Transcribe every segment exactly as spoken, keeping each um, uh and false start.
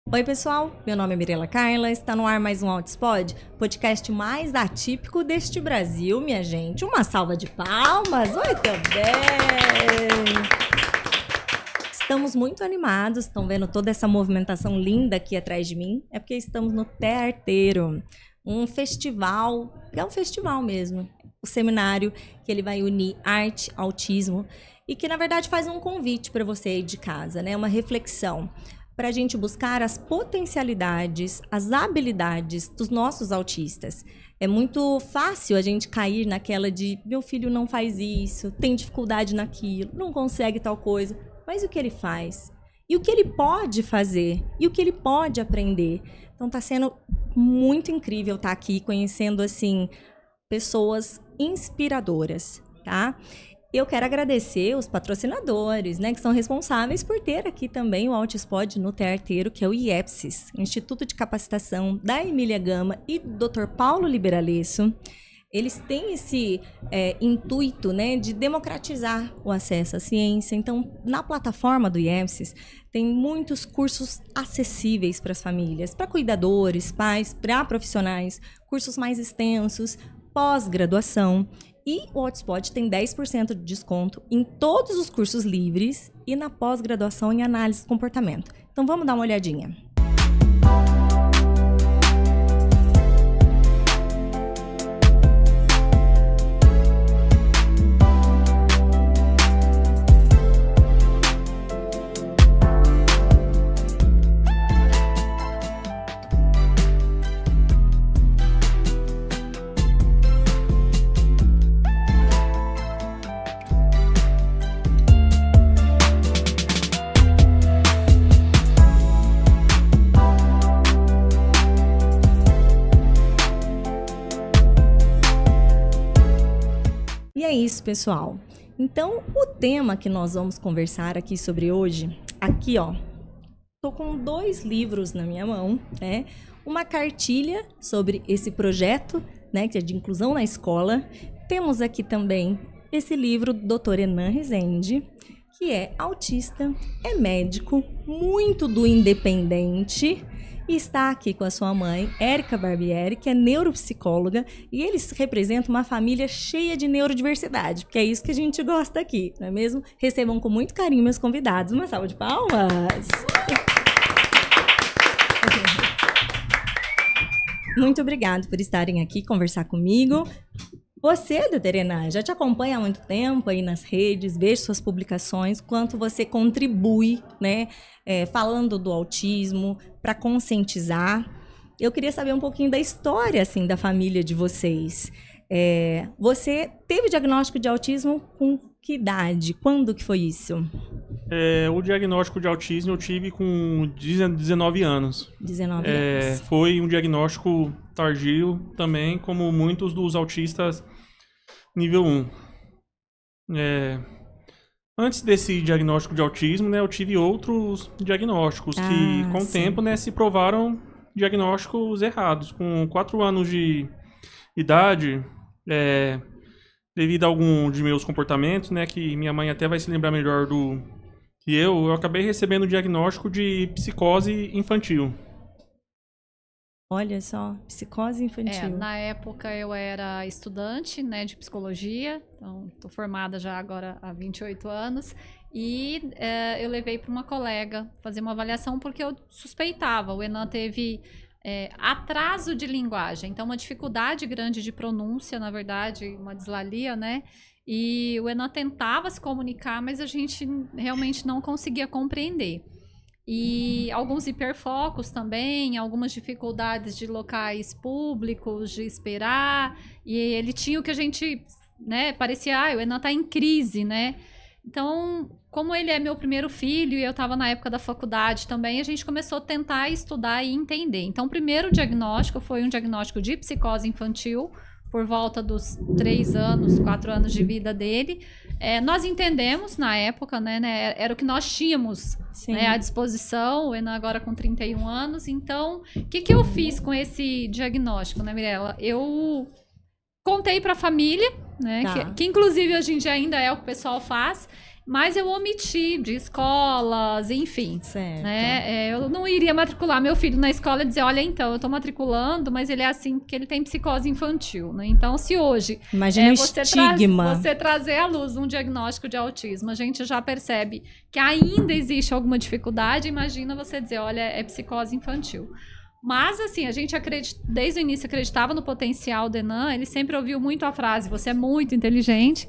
Oi, pessoal, meu nome é Mirela Carla, está no ar mais um Altispod, podcast mais atípico deste Brasil, minha gente. Uma salva de palmas, oi também! Estamos muito animados, estão vendo toda essa movimentação linda aqui atrás de mim? É porque estamos no Tearteiro, um festival, que é um festival mesmo, o seminário que ele vai unir arte, autismo e que, na verdade, faz um convite para você aí de casa, né? Uma reflexão para a gente buscar as potencialidades, as habilidades dos nossos autistas. É muito fácil a gente cair naquela de meu filho não faz isso, tem dificuldade naquilo, não consegue tal coisa. Mas o que ele faz? E o que ele pode fazer? E o que ele pode aprender? Então está sendo muito incrível estar aqui conhecendo assim pessoas inspiradoras, tá? Eu quero agradecer os patrocinadores, né, que são responsáveis por ter aqui também o Altispod no Tearteiro, que é o I E P S I S, Instituto de Capacitação da Emília Gama e do doutor Paulo Liberalesso. Eles têm esse é, intuito, né, de democratizar o acesso à ciência. Então, na plataforma do I E P S I S, tem muitos cursos acessíveis para as famílias, para cuidadores, pais, para profissionais, cursos mais extensos, pós-graduação. E o Altispod tem dez por cento de desconto em todos os cursos livres e na pós-graduação em análise de comportamento. Então, vamos dar uma olhadinha. E é isso, pessoal. Então, o tema que nós vamos conversar aqui sobre hoje, aqui, ó, tô com dois livros na minha mão, né? Uma cartilha sobre esse projeto, né, que é de inclusão na escola. Temos aqui também esse livro do doutor Enan Rezende, que é autista, é médico, muito do independente, e está aqui com a sua mãe, Érica Barbieri, que é neuropsicóloga, e eles representam uma família cheia de neurodiversidade, porque é isso que a gente gosta aqui, não é mesmo? Recebam com muito carinho meus convidados. Uma salva de palmas! Muito obrigada por estarem aqui conversar comigo. Você, doutora Enan, já te acompanha há muito tempo aí nas redes, vejo suas publicações, quanto você contribui, né, é, falando do autismo, para conscientizar. Eu queria saber um pouquinho da história, assim, da família de vocês. É, você teve diagnóstico de autismo com que idade? Quando que foi isso? É, o diagnóstico de autismo eu tive com dezenove anos. dezenove é, anos. Foi um diagnóstico tardio também, como muitos dos autistas nível um. É, antes desse diagnóstico de autismo, né, eu tive outros diagnósticos ah, que, com o tempo, né, se provaram diagnósticos errados. Com quatro anos de idade, é, devido a algum de meus comportamentos, né, que minha mãe até vai se lembrar melhor do que eu, eu acabei recebendo o diagnóstico de psicose infantil. Olha só, psicose infantil. É, na época eu era estudante, né, de psicologia, então estou formada já agora há vinte e oito anos, e é, eu levei para uma colega fazer uma avaliação porque eu suspeitava. O Enan teve é, atraso de linguagem, então uma dificuldade grande de pronúncia, na verdade, uma dislalia, né? E o Enan tentava se comunicar, mas a gente realmente não conseguia compreender. E alguns hiperfocos também, algumas dificuldades de locais públicos, de esperar. E ele tinha o que a gente, né, parecia, ah, o Enan tá em crise, né? Então, como ele é meu primeiro filho e eu estava na época da faculdade também, a gente começou a tentar estudar e entender. Então, o primeiro diagnóstico foi um diagnóstico de psicose infantil, por volta dos três anos, quatro anos de vida dele. É, nós entendemos na época, né, né, era o que nós tínhamos, né, à disposição, o Enan agora com trinta e um anos. Então, o que, que eu fiz com esse diagnóstico, né, Mirela? Eu contei para a família, né, tá. que, que inclusive hoje em dia ainda é o que o pessoal faz, mas eu omiti de escolas, enfim. Certo. Né? É, eu não iria matricular meu filho na escola e dizer, olha, então, eu tô matriculando, mas ele é assim porque ele tem psicose infantil, né? Então, se hoje Imagina é, o você, estigma. tra você trazer à luz um diagnóstico de autismo, a gente já percebe que ainda existe alguma dificuldade, imagina você dizer, olha, é psicose infantil. Mas, assim, a gente acredita, desde o início acreditava no potencial do Enan, ele sempre ouviu muito a frase, você é muito inteligente,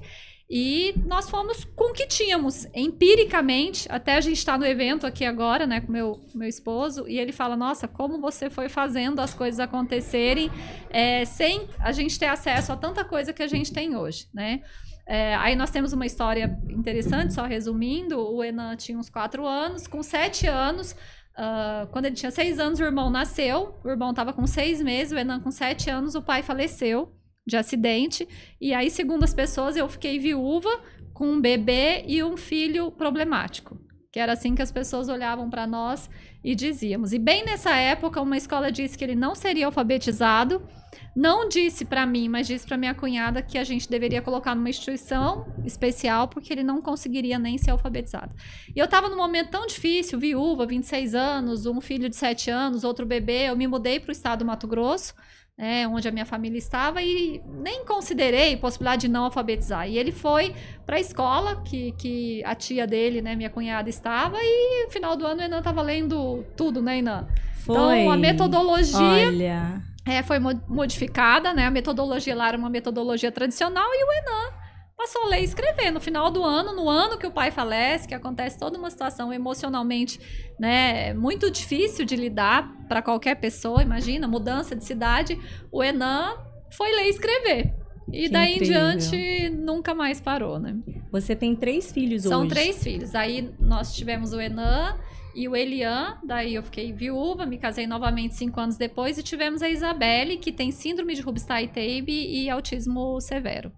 e nós fomos com o que tínhamos, empiricamente, até a gente estar no evento aqui agora, né, com meu, meu esposo, e ele fala, nossa, como você foi fazendo as coisas acontecerem é, sem a gente ter acesso a tanta coisa que a gente tem hoje, né? É, aí nós temos uma história interessante, só resumindo, o Enan tinha uns quatro anos, com sete anos... Uh, quando ele tinha seis anos, o irmão nasceu. O irmão estava com seis meses, o Enan com sete anos, o pai faleceu de acidente. E aí, segundo as pessoas, eu fiquei viúva com um bebê e um filho problemático. Que era assim que as pessoas olhavam para nós e dizíamos. E bem nessa época, uma escola disse que ele não seria alfabetizado. Não disse para mim, mas disse para minha cunhada que a gente deveria colocar numa instituição especial porque ele não conseguiria nem ser alfabetizado. E eu estava num momento tão difícil, viúva, vinte e seis anos, um filho de sete anos, outro bebê. Eu me mudei para o estado do Mato Grosso, né, onde a minha família estava, e nem considerei possibilidade de não alfabetizar. E ele foi para a escola que, que a tia dele, né, minha cunhada, estava, e no final do ano o Enan estava lendo tudo, né, Enan? Foi. Então, a metodologia... Olha... É, foi modificada, né? A metodologia lá era uma metodologia tradicional e o Enan passou a ler e escrever. No final do ano, no ano que o pai falece, que acontece toda uma situação emocionalmente, né, muito difícil de lidar para qualquer pessoa, imagina, mudança de cidade, o Enan foi ler e escrever. E Que daí incrível. em diante, nunca mais parou, né? Você tem três filhos São hoje. São três filhos. Aí nós tivemos o Enan e o Elian, daí eu fiquei viúva, me casei novamente cinco anos depois, e tivemos a Isabelle, que tem síndrome de Rubinstein-Taube e autismo severo.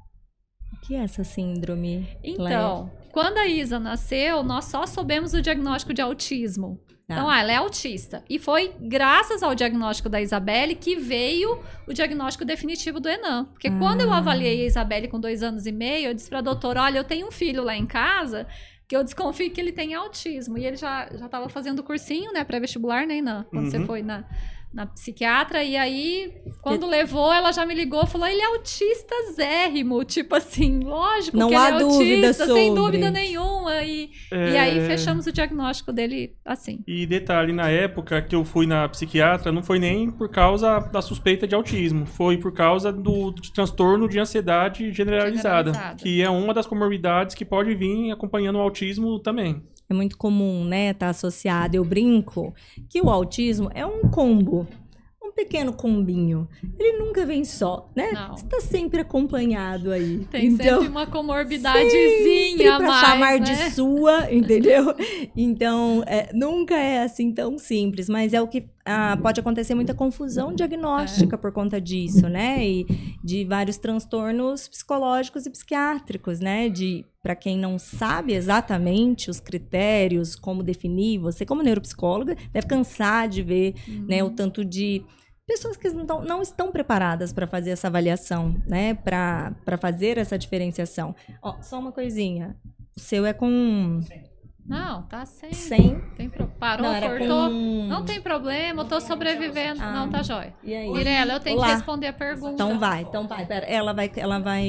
O que é essa síndrome? Então, quando a Isa nasceu, nós só soubemos o diagnóstico de autismo. Tá. Então, ah, ela é autista. E foi graças ao diagnóstico da Isabelle que veio o diagnóstico definitivo do Enan. Porque ah. quando eu avaliei a Isabelle com dois anos e meio, eu disse pra doutora, olha, eu tenho um filho lá em casa... que eu desconfio que ele tem autismo. E ele já já estava fazendo cursinho, né, pré-vestibular, né, Inan? Quando uhum. você foi na, na psiquiatra. E aí, quando e... levou, ela já me ligou e falou, ele é autista zérrimo. Tipo assim, lógico Não que há ele é dúvida autista, sobre. sem dúvida nenhuma. E, é... e aí, fechamos o diagnóstico dele assim. E detalhe, na época que eu fui na psiquiatra, não foi nem por causa da suspeita de autismo. Foi por causa do, do transtorno de ansiedade generalizada, generalizada, que é uma das comorbidades que pode vir acompanhando o autismo também. É muito comum, né, tá associado. Eu brinco que o autismo é um combo, um pequeno combinho. Ele nunca vem só, né? Não. Você tá sempre acompanhado aí. Tem então, sempre uma comorbidadezinha a pra mais, chamar né? de sua, entendeu? Então, é, nunca é assim tão simples, mas é o que ah, pode acontecer muita confusão diagnóstica é. por conta disso, né? E de vários transtornos psicológicos e psiquiátricos, né? De para quem não sabe exatamente os critérios, como definir, você como neuropsicóloga deve cansar de ver, uhum. né, o tanto de pessoas que não, não estão preparadas para fazer essa avaliação, né, para fazer essa diferenciação. Ó, só uma coisinha, o seu é com... Não, tá sem. Sem? Tem pro... Parou, não, cortou. Com... Não tem problema, eu tô sobrevivendo. Ah, não, tá jóia. E aí? Mirela, eu tenho Olá. que responder a pergunta. Então vai, então vai. Pera, ela vai, ela vai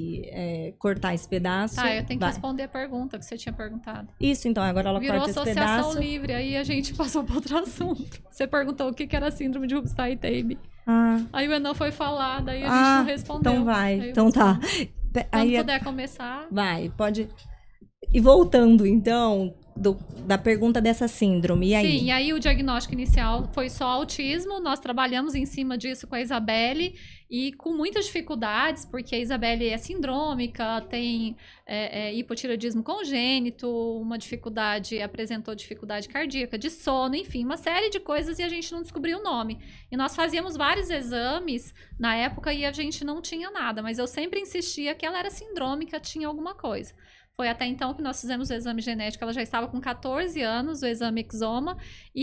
é, cortar esse pedaço. Tá, eu tenho vai. que responder a pergunta que você tinha perguntado. Isso, então, agora ela Virou corta esse pedaço. Virou associação livre, aí a gente passou para outro assunto. Você perguntou o que era síndrome de Rubinstein-Taube. Ah. Aí o Enan foi falar, daí a ah, gente não respondeu. Então vai, aí então tá. Quando aí, puder começar. Vai, pode... E voltando, então... Do, da pergunta dessa síndrome, e aí? Sim, e aí o diagnóstico inicial foi só autismo, nós trabalhamos em cima disso com a Isabelle e com muitas dificuldades, porque a Isabelle é sindrômica, tem é, é, hipotireoidismo congênito, uma dificuldade, apresentou dificuldade cardíaca, de sono, enfim, uma série de coisas e a gente não descobriu o nome. E nós fazíamos vários exames na época e a gente não tinha nada, mas eu sempre insistia que ela era sindrômica, tinha alguma coisa. Foi até então que nós fizemos o exame genético, ela já estava com quatorze anos, o exame Exoma, e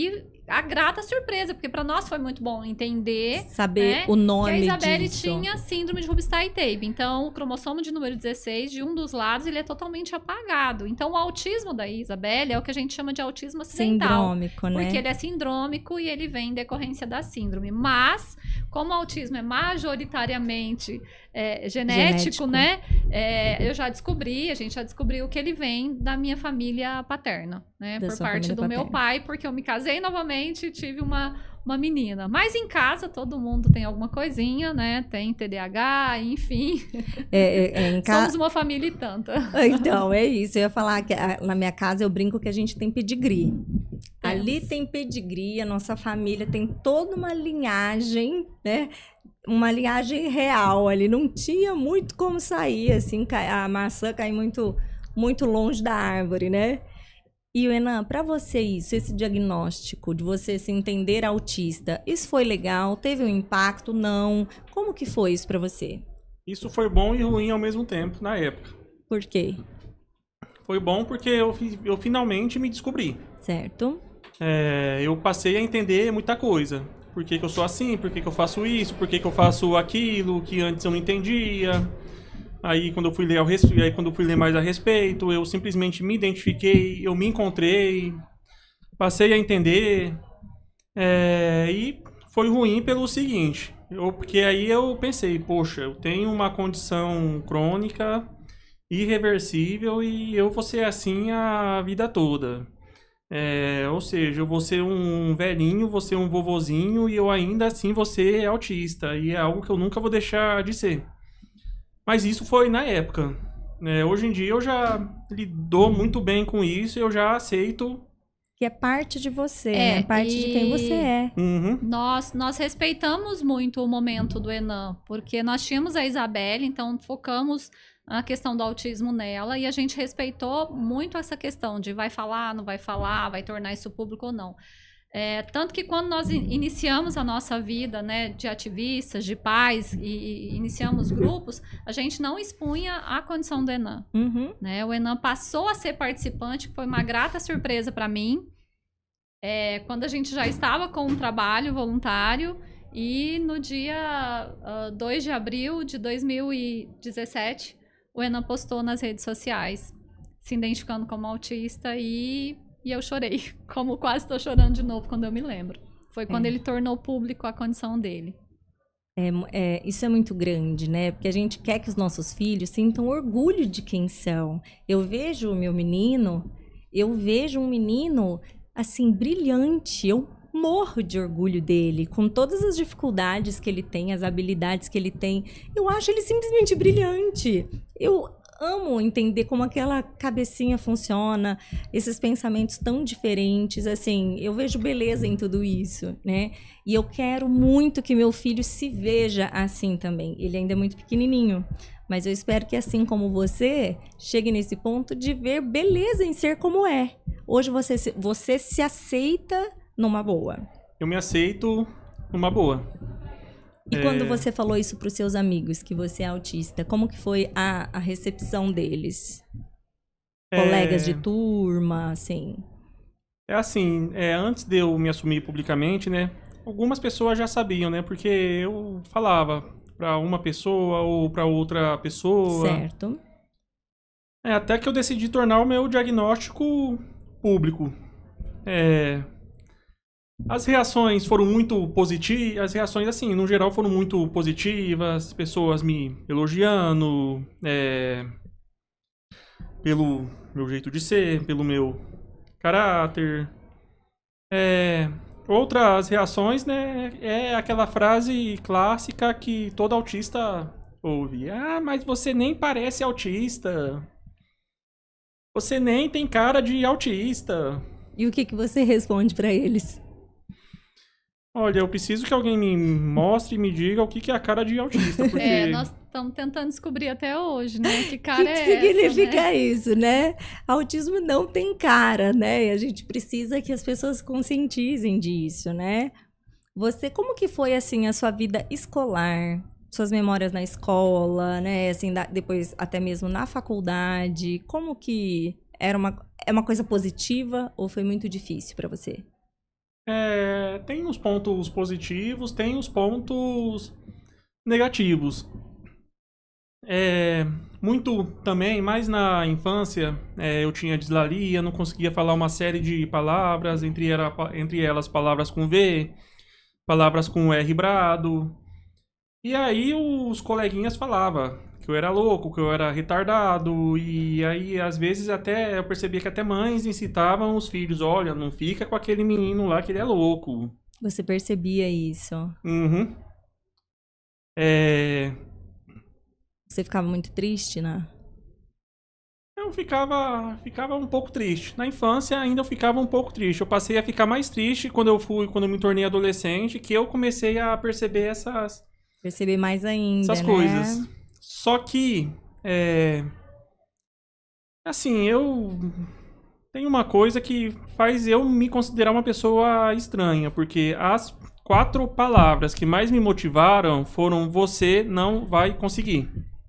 a grata surpresa, porque para nós foi muito bom entender, saber né, o nome que a Isabelle disso. tinha síndrome de Rubinstein-Taube. Então, o cromossomo de número dezesseis, de um dos lados, ele é totalmente apagado. Então, o autismo da Isabelle é o que a gente chama de autismo acidental. Sindrômico, né? Porque ele é sindrômico e ele vem em decorrência da síndrome. Mas, como o autismo é majoritariamente é, genético, Genético. né? É, eu já descobri, a gente já descobriu que ele vem da minha família paterna, né? Da Por sua parte família do meu paterna. pai, porque eu me casei novamente e tive uma, uma menina. Mas em casa, todo mundo tem alguma coisinha, né? Tem T D A H, enfim. É, é, é, em ca- Somos uma família e tanta. Então, é isso. Eu ia falar que ah, na minha casa eu brinco que a gente tem pedigree. Ali tem pedigree, a nossa família tem toda uma linhagem, né? Uma linhagem real ali. Não tinha muito como sair, assim, ca- a maçã cair muito, muito longe da árvore, né? E, Enan, para você isso, esse diagnóstico de você se entender autista, isso foi legal? Teve um impacto? Não? Como que foi isso para você? Isso foi bom e ruim ao mesmo tempo, na época. Por quê? Foi bom porque eu, fi- eu finalmente me descobri. Certo? É, eu passei a entender muita coisa. Por que, que eu sou assim, por que, que eu faço isso, por que, que eu faço aquilo que antes eu não entendia. Aí quando eu fui ler, ao res... aí, quando eu fui ler mais a respeito, eu simplesmente me identifiquei, eu me encontrei, passei a entender. É, e foi ruim pelo seguinte, eu, porque aí eu pensei, poxa, eu tenho uma condição crônica, irreversível e eu vou ser assim a vida toda. É, ou seja, eu vou ser um velhinho, vou ser um vovozinho e eu ainda assim vou ser autista. E é algo que eu nunca vou deixar de ser. Mas isso foi na época. É, hoje em dia eu já lido muito bem com isso e eu já aceito. Que é parte de você, É, né? Parte de quem e- você é. Uhum. Nós, nós respeitamos muito o momento do Enan, porque nós tínhamos a Isabelle, então focamos a questão do autismo nela e a gente respeitou muito essa questão de vai falar, não vai falar, vai tornar isso público ou não. É, tanto que quando nós in- iniciamos a nossa vida, né, de ativistas, de pais e, e iniciamos grupos, a gente não expunha a condição do Enan. Uhum. Né? O Enan passou a ser participante, que foi uma grata surpresa para mim, é, quando a gente já estava com um trabalho voluntário e no dia ah, dois de abril de dois mil e dezessete, o Enan postou nas redes sociais, se identificando como autista e, e eu chorei, como quase estou chorando de novo quando eu me lembro. Foi quando É. ele tornou público a condição dele. É, mu- é, isso é muito grande, né? Porque a gente quer que os nossos filhos sintam orgulho de quem são. Eu vejo o meu menino, eu vejo um menino, assim, brilhante. Eu morro de orgulho dele, com todas as dificuldades que ele tem, as habilidades que ele tem. Eu acho ele simplesmente brilhante. Eu amo entender como aquela cabecinha funciona, esses pensamentos tão diferentes, assim, eu vejo beleza em tudo isso, né? E eu quero muito que meu filho se veja assim também. Ele ainda é muito pequenininho, mas eu espero que assim como você, chegue nesse ponto de ver beleza em ser como é. Hoje você se, você se aceita numa boa. Eu me aceito numa boa. E É. quando você falou isso para os seus amigos, que você é autista, como que foi a, a recepção deles? É, Colegas de turma, assim. É assim, é, antes de eu me assumir publicamente, né? Algumas pessoas já sabiam, né? Porque eu falava pra uma pessoa ou pra outra pessoa. Certo. É, até que eu decidi tornar o meu diagnóstico público. É, as reações foram muito positivas, as reações, assim, no geral foram muito positivas, pessoas me elogiando, é, pelo meu jeito de ser, pelo meu caráter. É, outras reações, né, é aquela frase clássica que todo autista ouve. Ah, mas você nem parece autista. Você nem tem cara de autista. E o que, que você responde para eles? Olha, eu preciso que alguém me mostre e me diga o que que é a cara de autista, porque... É, nós estamos tentando descobrir até hoje, né? Que O cara que, que é significa essa, né? isso, né? Autismo não tem cara, né? E a gente precisa que as pessoas conscientizem disso, né? Você, como que foi, assim, a sua vida escolar? Suas memórias na escola, né? Assim, da- depois até mesmo na faculdade. Como que era uma, é uma coisa positiva ou foi muito difícil para você? É, tem os pontos positivos, tem os pontos negativos. É, muito também, mais na infância, é, eu tinha dislalia, não conseguia falar uma série de palavras, entre, era, entre elas palavras com V, palavras com R brado. E aí os coleguinhas falavam que eu era louco, que eu era retardado, e aí às vezes até eu percebia que até mães incitavam os filhos, olha, não fica com aquele menino lá que ele é louco. Você percebia isso? Uhum. É... Você ficava muito triste, né? Eu ficava, ficava um pouco triste. Na infância ainda eu ficava um pouco triste. Eu passei a ficar mais triste quando eu fui, quando eu me tornei adolescente, que eu comecei a perceber essas, Perceber mais ainda, essas né? coisas. Só que, é... assim, eu tenho uma coisa que faz eu me considerar uma pessoa estranha, porque as quatro palavras que mais me motivaram foram: você não vai conseguir.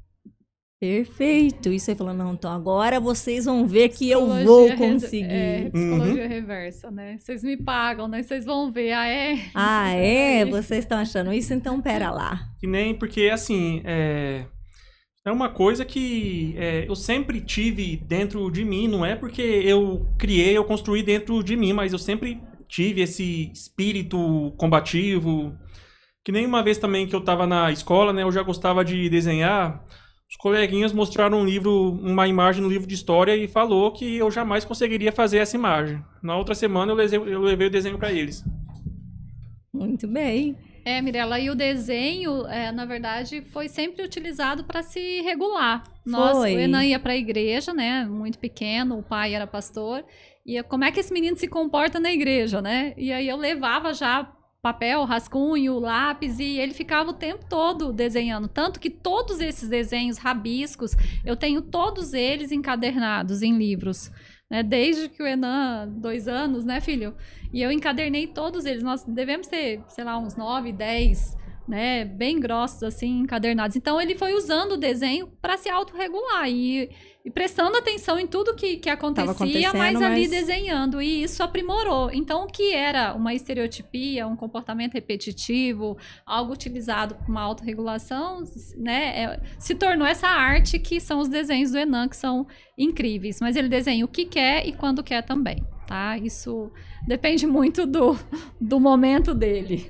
Perfeito. Isso aí falando, não, então agora vocês vão ver que eu Psicologia vou res- conseguir. É, psicologia reversa, né? Vocês me pagam, né? Vocês vão ver. Ah, é? Ah, é? Vocês estão achando isso? Então pera lá. Que nem, porque assim, é, é uma coisa que é, eu sempre tive dentro de mim, não é porque eu criei, eu construí dentro de mim, mas eu sempre tive esse espírito combativo. Que nem uma vez também que eu tava na escola, né, eu já gostava de desenhar. Os coleguinhas mostraram um livro, uma imagem no livro de história e falou que eu jamais conseguiria fazer essa imagem. Na outra semana eu levei, eu levei o desenho para eles. Muito bem. É, Mirella, e o desenho, é, na verdade, foi sempre utilizado para se regular. Nós, Foi. o Enan ia para a igreja, né? Muito pequeno, o pai era pastor. E como é que esse menino se comporta na igreja, né? E aí eu levava já papel, rascunho, lápis, e ele ficava o tempo todo desenhando. Tanto que todos esses desenhos, rabiscos, eu tenho todos eles encadernados em livros. Né? Desde que o Enan, dois anos, né, filho? E eu encadernei todos eles. Nós devemos ter, sei lá, uns nove, dez, né? Bem grossos, assim, encadernados. Então, ele foi usando o desenho para se autorregular e, e prestando atenção em tudo que, que acontecia, acontecendo, mas ali mas- desenhando. E isso aprimorou. Então, o que era uma estereotipia, um comportamento repetitivo, algo utilizado para uma autorregulação, né? é- se tornou essa arte que são os desenhos do Enan, que são incríveis. Mas ele desenha o que quer e quando quer também, tá? Isso depende muito do, do momento dele.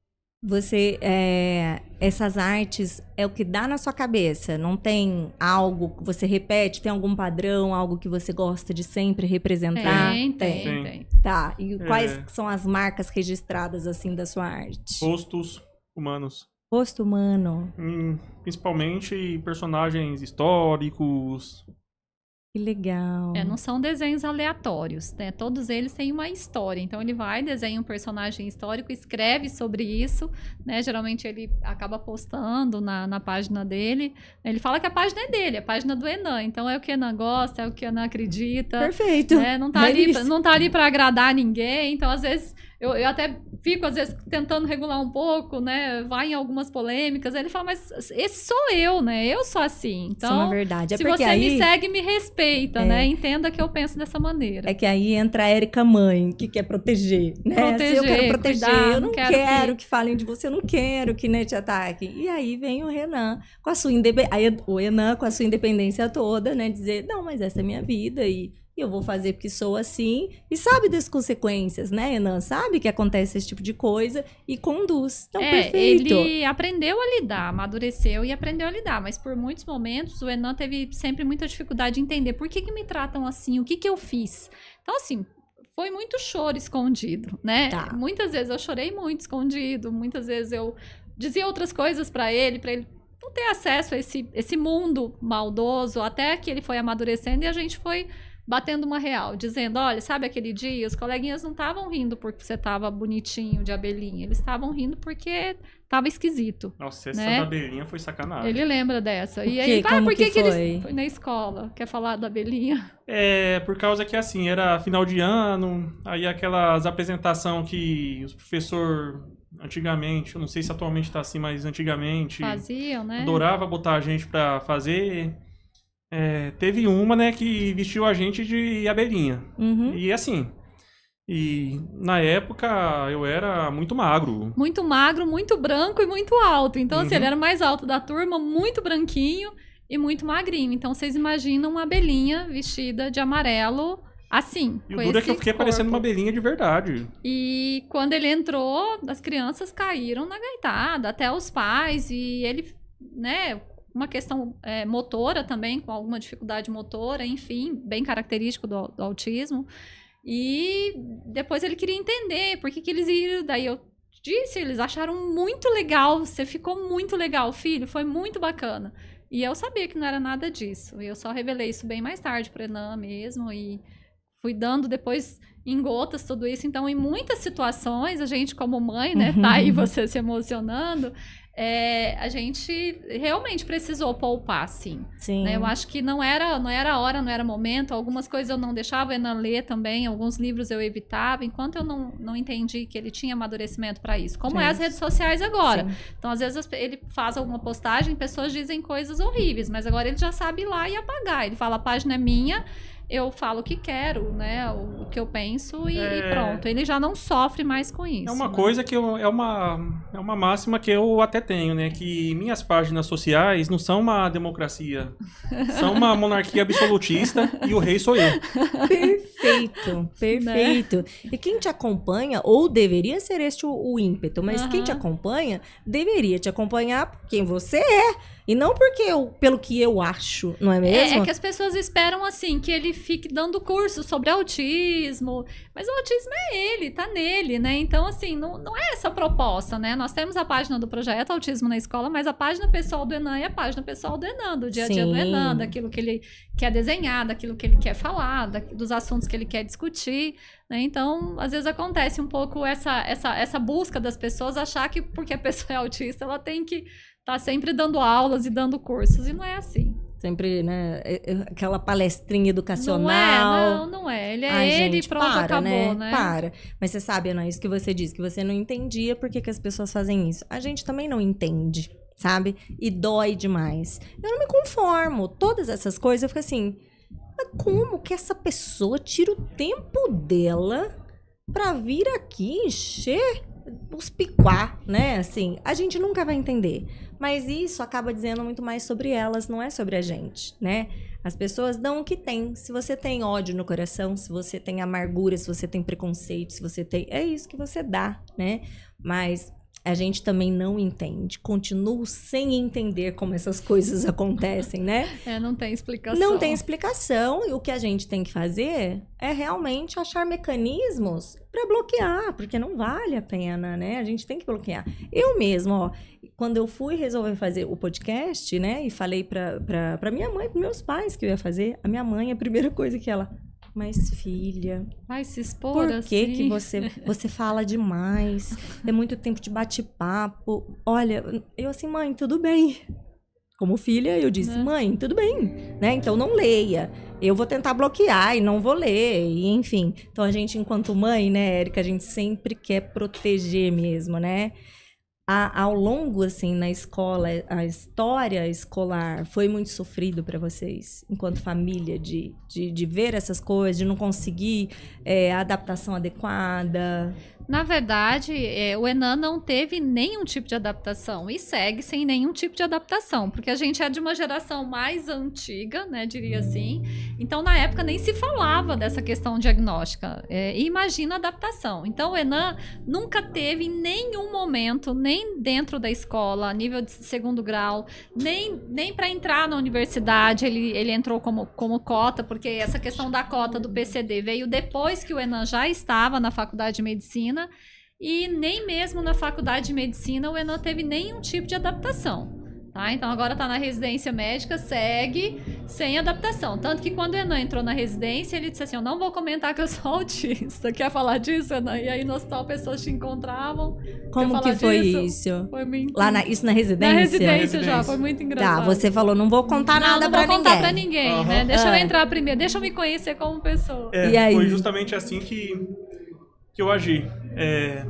Você, é, essas artes é o que dá na sua cabeça. Não tem algo que você repete? Tem algum padrão, algo que você gosta de sempre representar? Tem, tem, Tem. tem. Tá. E É. quais são as marcas registradas assim da sua arte? Rostos humanos. Rosto humano. Hum, principalmente personagens históricos. Que legal. É, não são desenhos aleatórios, né? Todos eles têm uma história. Então ele vai, desenha um personagem histórico, escreve sobre isso, né? Geralmente ele acaba postando na, na página dele. Ele fala que a página é dele, a página do Enan. Então é o que o Enan gosta, é o que o Enan acredita. Perfeito. Né? Não tá É ali, isso. não tá ali para agradar ninguém. Então às vezes eu, eu até fico às vezes tentando regular um pouco, né? Vai em algumas polêmicas. Aí ele fala, mas esse sou eu, né? Eu sou assim. Isso é uma Então verdade. É se porque você aí... me segue, me respeita, É. né? Entenda que eu penso dessa maneira. É que aí entra a Érica mãe, que quer proteger, né? Proteger, Se eu quero proteger, cuidar, eu não não quero quero, que- que... falem de você, eu não quero que né, te ataquem. E aí vem o Renan com a sua independência, aí o Renan com a sua independência toda, né? Dizer, não, mas essa é a minha vida e e eu vou fazer porque sou assim. E sabe das consequências, né, Renan? Sabe que acontece esse tipo de coisa e conduz. Então, é, perfeito. ele aprendeu a lidar, amadureceu e aprendeu a lidar, mas por muitos momentos o Enan teve sempre muita dificuldade de entender por que, que me tratam assim, o que, que eu fiz. Então, assim, foi muito choro escondido, né? Tá. Muitas vezes eu chorei muito escondido, muitas vezes eu dizia outras coisas pra ele, pra ele não ter acesso a esse, esse mundo maldoso, até que ele foi amadurecendo e a gente foi batendo uma real, dizendo, olha, sabe aquele dia, os coleguinhas não estavam rindo porque você tava bonitinho de abelhinha, eles estavam rindo porque tava esquisito. Nossa, essa Né? da abelhinha foi sacanagem. Ele lembra dessa. O E quê? aí, ah, Como por que, que que eles... foi? Foi na escola. Quer falar da abelhinha? É, por causa que assim, era final de ano, aí aquelas apresentação que os professor antigamente, eu não sei se atualmente tá assim, mas antigamente Faziam, né? adorava botar a gente pra fazer. É, teve uma, né, que vestiu a gente de abelhinha. Uhum. E assim, E na época eu era muito magro. Muito magro, muito branco e muito alto. Então, assim, Uhum. ele era o mais alto da turma, muito branquinho e muito magrinho. Então, vocês imaginam uma abelhinha vestida de amarelo, assim. E o com duro é que eu esse fiquei corpo. parecendo uma abelhinha de verdade. E quando ele entrou, as crianças caíram na gaitada, até os pais. E ele, né, uma questão é, motora também, com alguma dificuldade motora, enfim, bem característico do, do autismo. E depois ele queria entender por que, que eles iam. Daí eu disse, eles acharam muito legal. Você ficou muito legal, filho. Foi muito bacana. E eu sabia que não era nada disso. Eu só revelei isso bem mais tarde para Enan mesmo. E fui dando depois em gotas tudo isso. Então, em muitas situações, a gente como mãe, né? Tá aí você se emocionando. É, a gente realmente precisou poupar, sim. Sim. Né? Eu acho que não era, não era hora, não era momento. Algumas coisas eu não deixava a Enan ler também, alguns livros eu evitava, enquanto eu não, não entendi que ele tinha amadurecimento para isso. Como Sim. é as redes sociais agora. Sim. Então, às vezes, ele faz alguma postagem, pessoas dizem coisas horríveis, mas agora ele já sabe ir lá e apagar. Ele fala, a página é minha, eu falo o que quero, né? O, o que eu penso e, É... e pronto. Ele já não sofre mais com isso. É uma né? coisa que eu, é, uma, é uma máxima que eu até tenho, né? Que minhas páginas sociais não são uma democracia. São uma monarquia absolutista e o rei sou eu. Perfeito, perfeito. E quem te acompanha, ou deveria ser este o, o ímpeto, mas Aham. quem te acompanha, deveria te acompanhar por quem você é. E não porque eu, pelo que eu acho, não é É, mesmo? é que as pessoas esperam, assim, que ele fique dando curso sobre autismo. Mas o autismo é ele, tá nele, né? Então, assim, não, não é essa a proposta, né? Nós temos a página do projeto Autismo na Escola, mas a página pessoal do Enan é a página pessoal do Enan, do dia a dia do Sim. Enan, daquilo que ele quer desenhar, daquilo que ele quer falar, da- dos assuntos que ele quer discutir, né? Então, às vezes acontece um pouco essa, essa, essa busca das pessoas achar que porque a pessoa é autista, ela tem que tá sempre dando aulas e dando cursos, e não é assim. Sempre, né? é- é Aquela palestrinha educacional. Não é, não, não é. Ele é Ai, ele gente, e pronto, para, acabou, né? Para. Mas você sabe, Ana, isso que você disse, que você não entendia por que, que as pessoas fazem isso. A gente também não entende, sabe? E dói demais. Eu não me conformo. Todas essas coisas, eu fico assim, mas como que essa pessoa tira o tempo dela pra vir aqui encher os piquá, né? Assim, a gente nunca vai entender. Mas isso acaba dizendo muito mais sobre elas, não é sobre a gente, né? As pessoas dão o que tem. Se você tem ódio no coração, se você tem amargura, se você tem preconceito, se você tem... É isso que você dá, né? Mas a gente também não entende. Continuo sem entender como essas coisas acontecem, né? É, não tem explicação. Não tem explicação. E o que a gente tem que fazer é realmente achar mecanismos para bloquear, porque não vale a pena, né? A gente tem que bloquear. Eu mesmo, ó, quando eu fui resolver fazer o podcast, né? E falei pra, pra, pra minha mãe, pros meus pais que eu ia fazer, a minha mãe, a primeira coisa que ela... Mas, filha, Vai se expor por assim. que que você, você fala demais? É muito tempo de bate-papo. Olha, eu assim, mãe, tudo bem. Como filha, eu disse, Né? mãe, tudo bem, né? Então não leia. Eu vou tentar bloquear e não vou ler, e enfim. Então a gente, enquanto mãe, né, Érica, a gente sempre quer proteger mesmo, né? A, ao longo, assim, na escola, a história escolar foi muito sofrido para vocês, enquanto família, de, de, de ver essas coisas, de não conseguir é, a adaptação adequada? Na verdade, é, o Enan não teve nenhum tipo de adaptação e segue sem nenhum tipo de adaptação, porque a gente é de uma geração mais antiga, né, diria assim. Então, na época, nem se falava dessa questão diagnóstica. É, e imagina a adaptação. Então, o Enan nunca teve em nenhum momento, nem dentro da escola, a nível de segundo grau, nem, nem para entrar na universidade, ele, ele entrou como, como cota, porque essa questão da cota do P C D veio depois que o Enan já estava na faculdade de medicina. E nem mesmo na faculdade de medicina o Enan teve nenhum tipo de adaptação. Tá? Então agora está na residência médica, segue sem adaptação. Tanto que quando o Enan entrou na residência, ele disse assim, eu não vou comentar que eu sou autista. Quer falar disso, Enan? E aí no hospital pessoas te encontravam. Como Quer que falar foi disso? isso? Foi muito... Lá na, isso na residência? Na residência, Residência. já, foi muito engraçado. Tá, você falou, não vou contar não, nada não pra vou contar ninguém. pra ninguém, Aham. né? Deixa Ah. eu entrar primeiro, deixa eu me conhecer como pessoa. É, E aí? foi justamente assim que, que eu agi. É,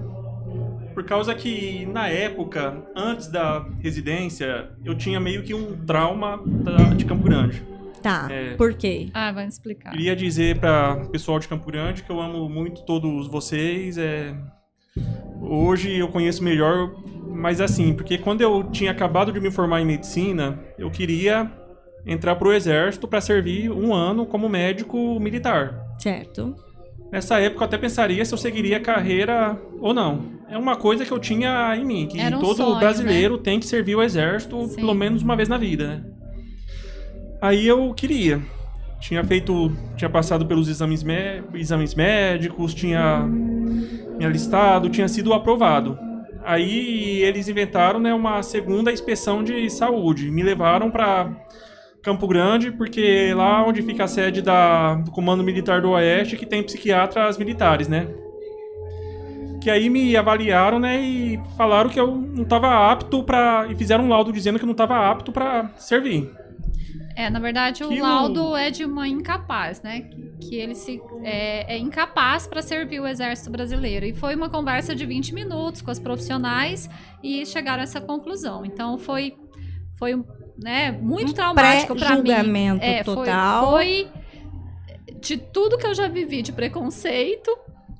por causa que, na época, antes da residência, eu tinha meio que um trauma da- de Campo Grande. Tá, É. por quê? Ah, vai me explicar. Queria dizer para o pessoal de Campo Grande que eu amo muito todos vocês. É... Hoje eu conheço melhor, mas assim, porque quando eu tinha acabado de me formar em medicina, eu queria entrar pro exército para servir um ano como médico militar. Certo. Nessa época eu até pensaria se eu seguiria a carreira ou não. É uma coisa que eu tinha em mim, que Era um todo sonho, brasileiro né? tem que servir o exército Sim. pelo menos uma vez na vida, né? Aí eu queria. Tinha feito, tinha passado pelos exames, mé- exames médicos, tinha me alistado, tinha sido aprovado. Aí eles inventaram, né, uma segunda inspeção de saúde. Me levaram para Campo Grande, porque lá onde fica a sede da, do Comando Militar do Oeste, que tem psiquiatras militares, né? Que aí me avaliaram, né, e falaram que eu não estava apto para... E fizeram um laudo dizendo que eu não estava apto para servir. É, na verdade, o Que o- laudo é de uma incapaz, né? Que, que ele se, é, é incapaz para servir o Exército Brasileiro. E foi uma conversa de vinte minutos com as profissionais e chegaram a essa conclusão. Então, foi, foi né, muito Um traumático para mim. pré-julgamento É, foi, total. foi de tudo que eu já vivi de preconceito.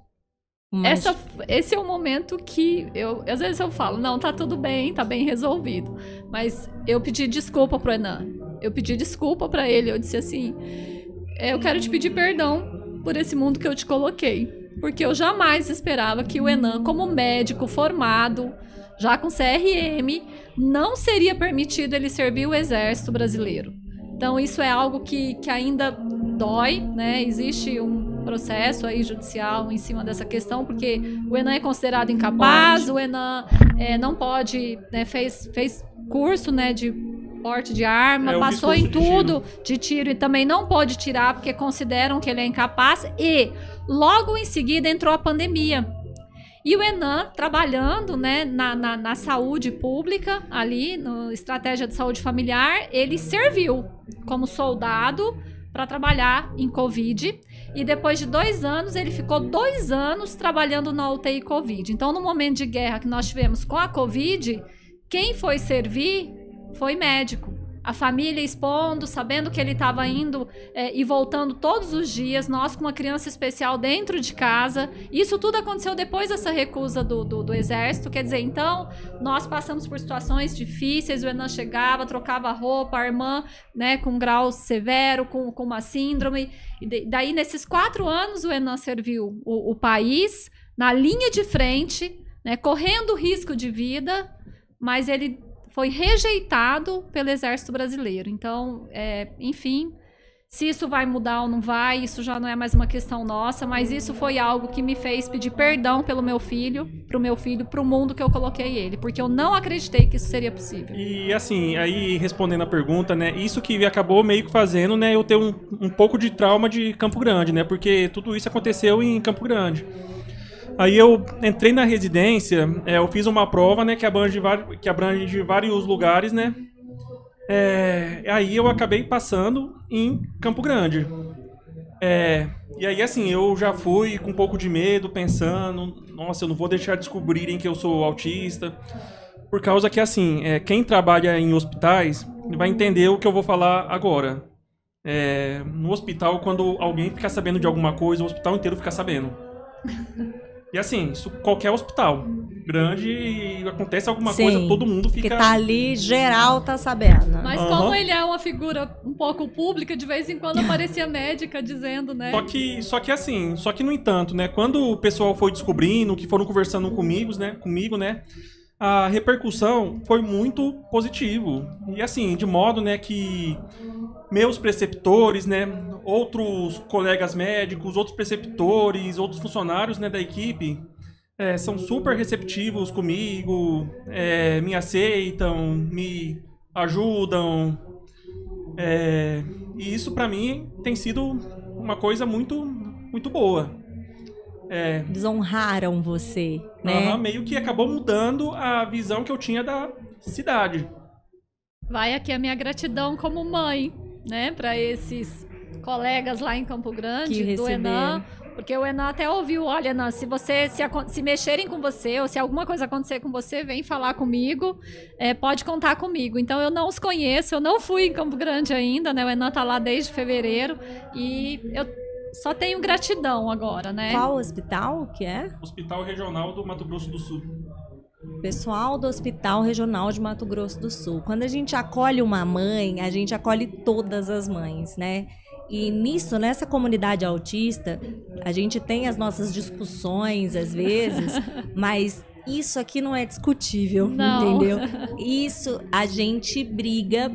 Mas Essa, esse é o momento que eu, às vezes eu falo, não, tá tudo bem, tá bem resolvido. Mas eu pedi desculpa pro Enan. Eu pedi desculpa pra ele. Eu disse assim, é, eu quero te pedir perdão por esse mundo que eu te coloquei. Porque eu jamais esperava que o Enan, como médico formado, já com C R M, não seria permitido ele servir o Exército Brasileiro. Então isso é algo que, que ainda dói, né? Existe um processo aí judicial em cima dessa questão, porque o Enan é considerado incapaz, o Enan é, não pode, né, fez, fez curso, né, de porte de arma, É, eu fiz passou curso em de tudo de tiro e também não pode tirar porque consideram que ele é incapaz, e logo em seguida entrou a pandemia. E o Enan, trabalhando, né, na, na, na saúde pública, ali, na estratégia de saúde familiar, ele serviu como soldado para trabalhar em Covid. E depois de dois anos, ele ficou dois anos trabalhando na U T I Covid. Então, no momento de guerra que nós tivemos com a Covid, quem foi servir foi médico. A família expondo, sabendo que ele estava indo é, e voltando todos os dias, nós com uma criança especial dentro de casa. Isso tudo aconteceu depois dessa recusa do, do, do Exército. Quer dizer, então, nós passamos por situações difíceis, o Enan chegava, trocava roupa, a irmã, né, com um grau severo, com, com uma síndrome. E de, daí, nesses quatro anos, o Enan serviu o, o país na linha de frente, né, correndo risco de vida, mas ele foi rejeitado pelo Exército Brasileiro. Então, é, enfim, se isso vai mudar ou não vai, isso já não é mais uma questão nossa, mas isso foi algo que me fez pedir perdão pelo meu filho, pro meu filho, pro mundo que eu coloquei ele, porque eu não acreditei que isso seria possível. E assim, aí respondendo a pergunta, né, isso que acabou meio que fazendo, né, eu ter um, um pouco de trauma de Campo Grande, né, porque tudo isso aconteceu em Campo Grande. Aí eu entrei na residência, é, eu fiz uma prova, né, que abrange, que abrange vários lugares, né, é, aí eu acabei passando em Campo Grande. É, e aí, assim, eu já fui com um pouco de medo, pensando, nossa, eu não vou deixar descobrirem que eu sou autista, por causa que, assim, é, quem trabalha em hospitais vai entender o que eu vou falar agora. É, no hospital, quando alguém fica sabendo de alguma coisa, o hospital inteiro fica sabendo. E assim, isso qualquer hospital grande, e acontece alguma Sim, coisa, todo mundo que fica... tá ali, geral tá sabendo. Mas Aham. como ele é uma figura um pouco pública, de vez em quando aparecia médica dizendo, né? Só que, só que assim, só que no entanto, né, quando o pessoal foi descobrindo, que foram conversando comigo, né, comigo, né, a repercussão foi muito positivo. E assim, de modo, né, que meus preceptores, né, outros colegas médicos, outros preceptores, outros funcionários, né, da equipe, é, são super receptivos comigo, é, me aceitam, me ajudam. É, e isso pra mim tem sido uma coisa muito, muito boa. É, Eles honraram você, né? aham, meio que acabou mudando a visão que eu tinha da cidade. Vai aqui a minha gratidão como mãe, né, para esses colegas lá em Campo Grande, Que do receberam. Enan, Porque o Enan até ouviu, olha, Enan, se você se, se mexerem com você, ou se alguma coisa acontecer com você, vem falar comigo, é, pode contar comigo. Então eu não os conheço, eu não fui em Campo Grande ainda, né? O Enan tá lá desde fevereiro e eu só tenho gratidão agora, né? Qual hospital que é? Hospital Regional do Mato Grosso do Sul. Pessoal do Hospital Regional de Mato Grosso do Sul. Quando a gente acolhe uma mãe, a gente acolhe todas as mães, né? E nisso, nessa comunidade autista, a gente tem as nossas discussões às vezes, mas isso aqui não é discutível, não. Entendeu? Isso a gente briga,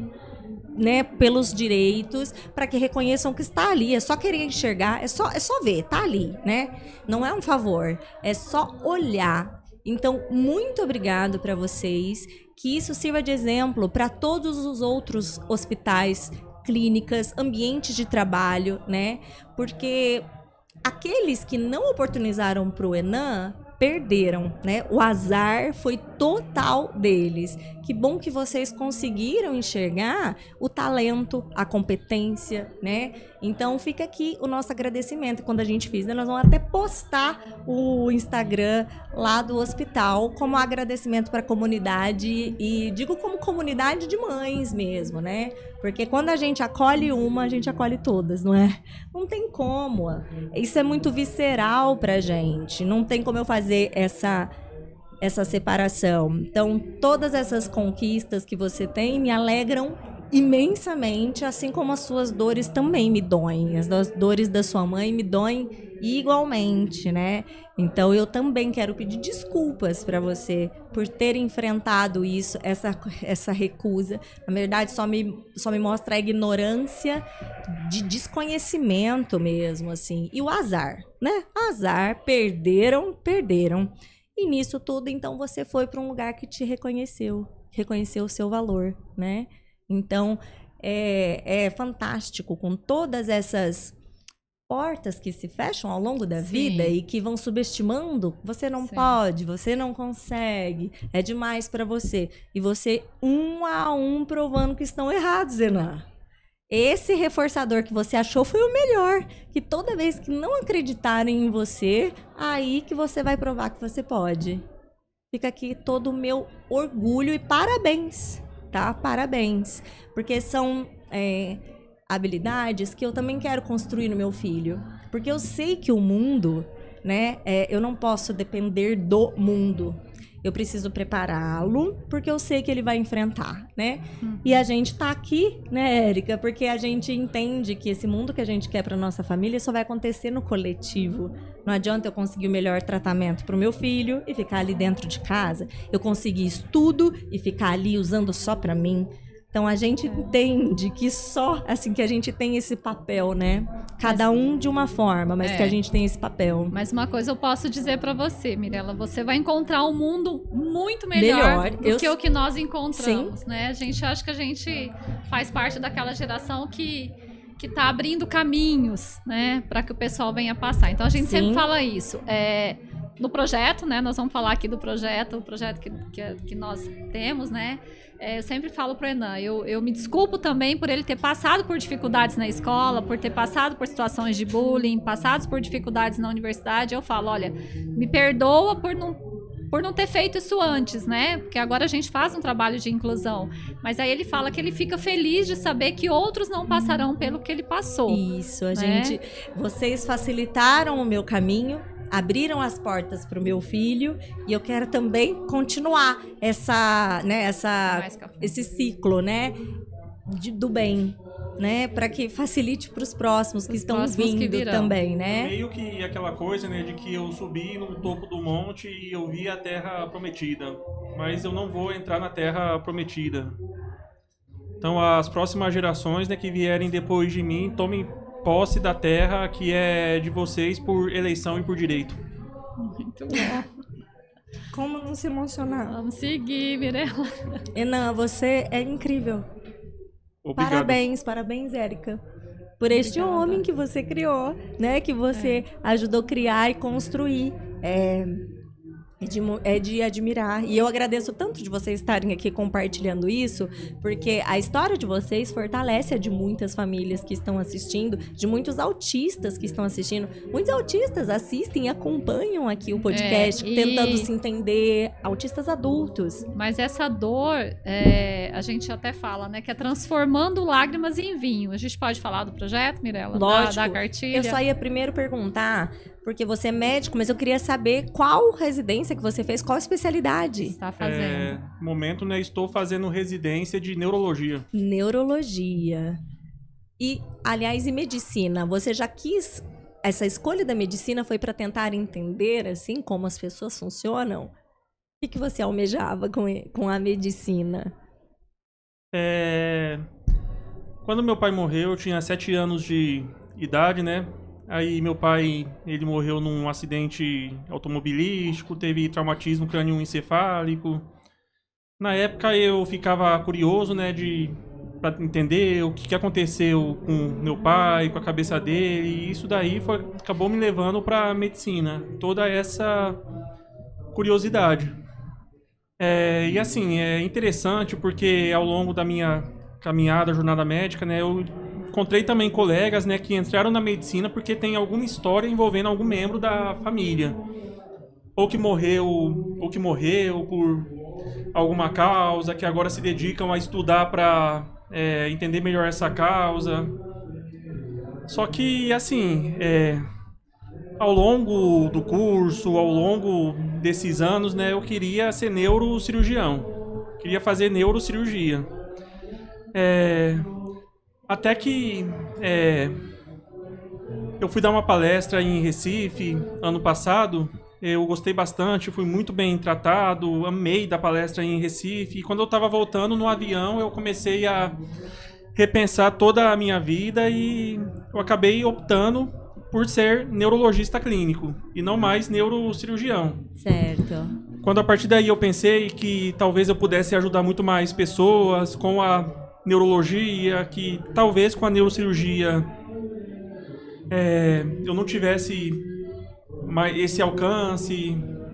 né, pelos direitos, para que reconheçam que está ali. É só querer enxergar, é só, é só ver, tá ali, né? Não é um favor, é só olhar. Então, muito obrigado para vocês, que isso sirva de exemplo para todos os outros hospitais, clínicas, ambientes de trabalho, né? Porque aqueles que não oportunizaram para o Enan perderam, né? O azar foi total deles. Que bom que vocês conseguiram enxergar o talento, a competência, né? Então fica aqui o nosso agradecimento. Quando a gente fizer, nós vamos até postar o Instagram lá do hospital como agradecimento para a comunidade, e digo como comunidade de mães mesmo, né? Porque quando a gente acolhe uma, a gente acolhe todas, não é? Não tem como. Isso é muito visceral pra gente. Não tem como eu fazer essa, essa separação. Então, todas essas conquistas que você tem me alegram imensamente, assim como as suas dores também me doem. As dores da sua mãe me doem igualmente, né? Então eu também quero pedir desculpas para você por ter enfrentado isso, essa, essa recusa. Na verdade, só me, só me mostra a ignorância de desconhecimento mesmo, assim. E o azar, né? Azar, perderam, perderam. E nisso tudo, então, você foi para um lugar que te reconheceu, reconheceu o seu valor, né? Então, é, é fantástico com todas essas portas que se fecham ao longo da Sim. vida e que vão subestimando. Você não Sim. pode, você não consegue, é demais para você. E você, um a um, provando que estão errados, Enan. Esse reforçador que você achou foi o melhor. Que toda vez que não acreditarem em você, aí que você vai provar que você pode. Fica aqui todo o meu orgulho e parabéns. Tá? Parabéns. Porque são é, habilidades que eu também quero construir no meu filho. Porque eu sei que o mundo, né? É, eu não posso depender do mundo. Eu preciso prepará-lo, porque eu sei que ele vai enfrentar, né? Uhum. E a gente tá aqui, né, Érica? Porque a gente entende que esse mundo que a gente quer para nossa família só vai acontecer no coletivo. Não adianta eu conseguir o melhor tratamento para o meu filho e ficar ali dentro de casa. Eu conseguir estudo e ficar ali usando só para mim. Então a gente é. entende que só assim que a gente tem esse papel, né? Cada mas, um de uma forma, mas é. que a gente tem esse papel. Mas uma coisa eu posso dizer pra você, Mirella, você vai encontrar um mundo muito melhor, melhor. do eu... que o que nós encontramos, Sim. né? A gente acha que a gente faz parte daquela geração que que tá abrindo caminhos, né, para que o pessoal venha passar. Então a gente Sim. sempre fala isso. É, no projeto, né? Nós vamos falar aqui do projeto, o projeto que, que, que nós temos, né? É, eu sempre falo pro Enan, eu, eu me desculpo também por ele ter passado por dificuldades na escola, por ter passado por situações de bullying, passado por dificuldades na universidade. Eu falo, olha, me perdoa por não, por não ter feito isso antes, né? Porque agora a gente faz um trabalho de inclusão. Mas aí ele fala que ele fica feliz de saber que outros não passarão pelo que ele passou. Isso, a né? gente... Vocês facilitaram o meu caminho, abriram as portas para o meu filho, e eu quero também continuar essa, né, essa, esse ciclo, né, de, do bem, né, para que facilite para os próximos que os estão próximos vindo que também, né? É meio que aquela coisa, né, de que eu subi no topo do monte e eu vi a terra prometida, mas eu não vou entrar na terra prometida. Então as próximas gerações, né, que vierem depois de mim, tomem posse da terra que é de vocês por eleição e por direito. Muito bom. Como não se emocionar? Vamos seguir, Mirella. Enan, você é incrível. Obrigado. Parabéns, parabéns, Érica. Por este Obrigada. homem que você criou, né? Que você é. ajudou a criar e construir. É... É de, mu- é de admirar. E eu agradeço tanto de vocês estarem aqui compartilhando isso, porque a história de vocês fortalece a de muitas famílias que estão assistindo, de muitos autistas que estão assistindo. Muitos autistas assistem e acompanham aqui o podcast, É, e- tentando se entender. Autistas adultos. Mas essa dor, é, a gente até fala, né, que é transformando lágrimas em vinho. A gente pode falar do projeto, Mirella? Da- Lógico. Da, cartilha? Eu só ia primeiro perguntar, porque você é médico, mas eu queria saber qual residência que você fez, qual especialidade? Está fazendo. É, no momento, né, estou fazendo residência de neurologia. Neurologia. E, aliás, e medicina? Você já quis... Essa escolha da medicina foi para tentar entender, assim, como as pessoas funcionam? O que, que você almejava com, e- com a medicina? É, Quando meu pai morreu, eu tinha sete anos de idade, né? Aí meu pai, ele morreu num acidente automobilístico, teve traumatismo crânioencefálico. Na época eu ficava curioso, né, de para entender o que, que aconteceu com meu pai, com a cabeça dele, e isso daí foi, acabou me levando para medicina. Toda essa curiosidade. É, e assim, é interessante porque ao longo da minha caminhada, jornada médica, né, eu encontrei também colegas, né, que entraram na medicina porque tem alguma história envolvendo algum membro da família. Ou que morreu, ou que morreu por alguma causa, que agora se dedicam a estudar para é, entender melhor essa causa. Só que, assim, é, ao longo do curso, ao longo desses anos, né, eu queria ser neurocirurgião. Queria fazer neurocirurgia. É, até que é, eu fui dar uma palestra em Recife ano passado. Eu gostei bastante, fui muito bem tratado, amei da palestra em Recife. E quando eu estava voltando no avião, eu comecei a repensar toda a minha vida e eu acabei optando por ser neurologista clínico e não mais neurocirurgião. Certo. Quando a partir daí eu pensei que talvez eu pudesse ajudar muito mais pessoas com a neurologia, que talvez com a neurocirurgia é, eu não tivesse mais esse alcance.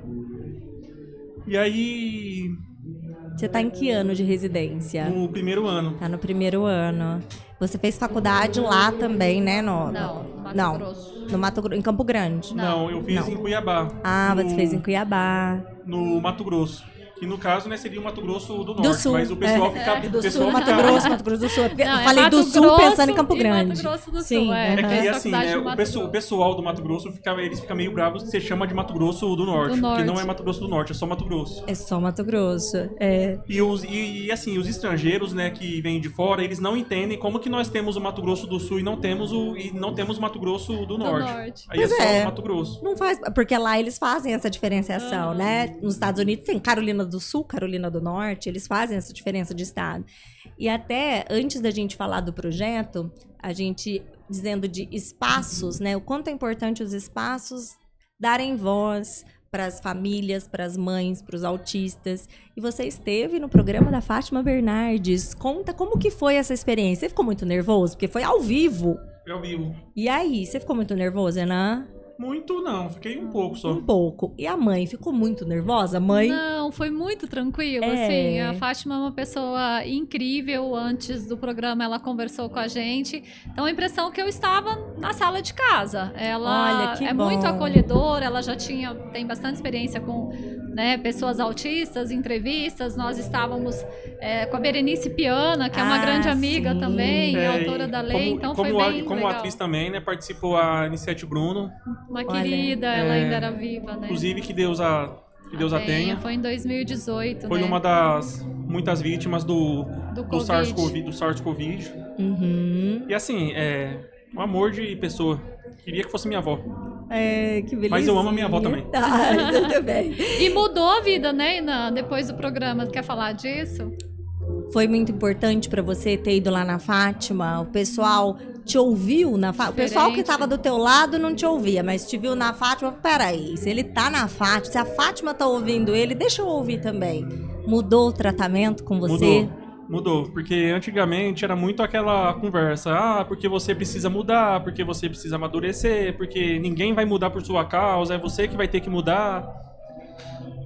E aí, Você tá em que ano de residência? no primeiro ano, Tá no primeiro ano. Você fez faculdade lá também, né? No, Não, no Mato não, Grosso. no Mato Grosso, em Campo Grande. não, eu fiz Não. em Cuiabá. Ah, no, você fez em Cuiabá. no Mato Grosso. Que no caso, né, seria o Mato Grosso do Norte, Do Sul. mas o pessoal é. fica, É, do o pessoal Sul, Mato fica- Grosso, Mato Grosso do Sul. Porque Não, eu é falei do Mato Sul Grosso pensando em Campo e Grande. Mato Grosso do Sul, Sim, é. É aham. que Fez assim, faculdade né, no o, Mato pessoal, o Grosso. pessoal do Mato Grosso fica, eles ficam meio bravos que você chama de Mato Grosso do Norte, Do porque Norte. não é Mato Grosso do Norte, é só Mato Grosso. É só Mato Grosso. É. E, os, e, e, assim, os estrangeiros, né, que vêm de fora, eles não entendem como que nós temos o Mato Grosso do Sul e não temos o, e não temos o Mato Grosso do Norte. Norte. Aí Pois é só é. o Mato Grosso. Não faz, porque lá eles fazem essa diferenciação, Aham. né? Nos Estados Unidos tem Carolina do Sul, Carolina do Norte, eles fazem essa diferença de estado. E até antes da gente falar do projeto, a gente dizendo de espaços, né? O quanto é importante os espaços darem voz para as famílias, para as mães, para os autistas. E você esteve no programa da Fátima Bernardes. Conta como que foi essa experiência. Você ficou muito nervoso? Porque foi ao vivo. Eu vivo. E aí, você ficou muito nervoso, Ana? Muito não, fiquei um pouco só. Um pouco. E a mãe ficou muito nervosa? Mãe? Não, foi muito tranquilo, É. assim, a Fátima é uma pessoa incrível, antes do programa ela conversou com a gente, então a impressão que eu estava na sala de casa, ela Olha, que é bom. muito acolhedora, ela já tinha, tem bastante experiência com, né, pessoas autistas, entrevistas, nós estávamos é, com a Berenice Piana, que é uma Ah, grande amiga sim. também, É, autora e da lei, como, então como, foi a- bem como legal. atriz também, né, participou a Anissete Bruno, Uma Olha, querida, ela é, ainda era viva, né? inclusive que Deus a, que Deus a tenha. Foi em dois mil e dezoito, Foi né? uma das muitas vítimas do, Do do Covid. SARS-CoV, do SARS-CoV. Uhum. E assim, é um amor de pessoa. Queria que fosse minha avó. É, que beleza. Mas eu amo a minha avó também. Ah, tudo bem. E mudou a vida, né, Ina? Depois do programa. Quer falar disso? Foi muito importante pra você ter ido lá na Fátima? O pessoal te ouviu na Fátima? O pessoal que Diferente. tava do teu lado não te ouvia, mas te viu na Fátima. Peraí, se ele tá na Fátima, se a Fátima tá ouvindo ele, deixa eu ouvir também. Mudou o tratamento com você? Mudou. Mudou, porque antigamente era muito aquela conversa, ah, porque você precisa mudar, porque você precisa amadurecer, porque ninguém vai mudar por sua causa, é você que vai ter que mudar.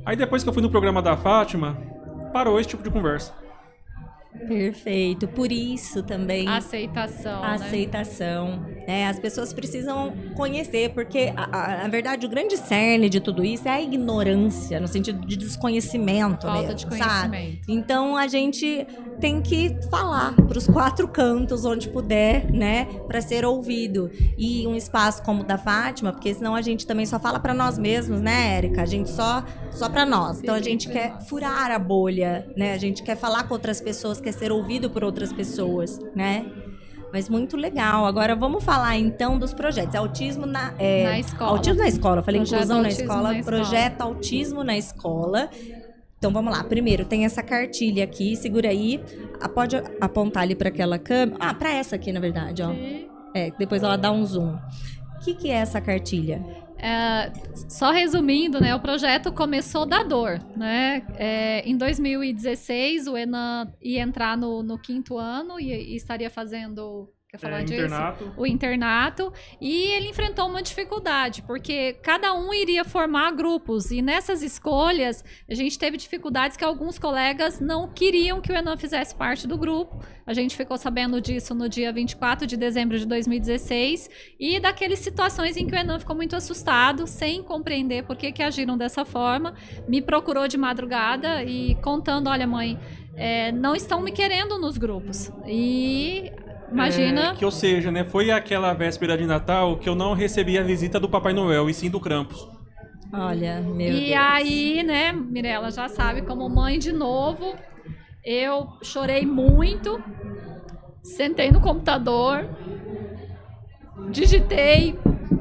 Aí depois que eu fui no programa da Fátima, parou esse tipo de conversa. Perfeito. Por isso também... Aceitação, A né? aceitação. É, as pessoas precisam conhecer, porque, a, a, na verdade, o grande cerne de tudo isso é a ignorância, no sentido de desconhecimento Falta mesmo, de sabe? conhecimento. Então, a gente tem que falar para os quatro cantos, onde puder, né? Para ser ouvido. E um espaço como o da Fátima, porque senão a gente também só fala para nós mesmos, né, Érica? A gente só, só para nós. Então, a gente quer furar a bolha, né? A gente quer falar com outras pessoas, quer ser ouvido por outras pessoas, né? Mas muito legal. Agora vamos falar então dos projetos. Autismo na, é, Na escola. Autismo na escola. Eu falei Projeto inclusão na Autismo escola. na escola. Projeto Autismo na escola. Então vamos lá. Primeiro tem essa cartilha aqui. Segura aí. Ah, pode apontar ali para aquela câmera. Ah, para essa aqui na verdade, ó. E, É, depois ela dá um zoom. O que, que é essa cartilha? é, só resumindo, né, o projeto começou da dor, né? É, em dois mil e dezesseis, o Enan ia entrar no, no quinto ano e, e estaria fazendo... Quer falar É, disso? internato. O internato, e ele enfrentou uma dificuldade, porque cada um iria formar grupos, e nessas escolhas a gente teve dificuldades que alguns colegas não queriam que o Enan fizesse parte do grupo. A gente ficou sabendo disso no dia vinte e quatro de dezembro de dois mil e dezesseis, e daquelas situações em que o Enan ficou muito assustado, sem compreender por que que agiram dessa forma, me procurou de madrugada e contando, olha mãe, é, não estão me querendo nos grupos, e... Imagina. É, que, ou seja, né, foi aquela véspera de Natal que eu não recebi a visita do Papai Noel, e sim do Krampus. Olha, meu E Deus. aí, né, Mirella já sabe, como mãe de novo, eu chorei muito, sentei no computador, digitei,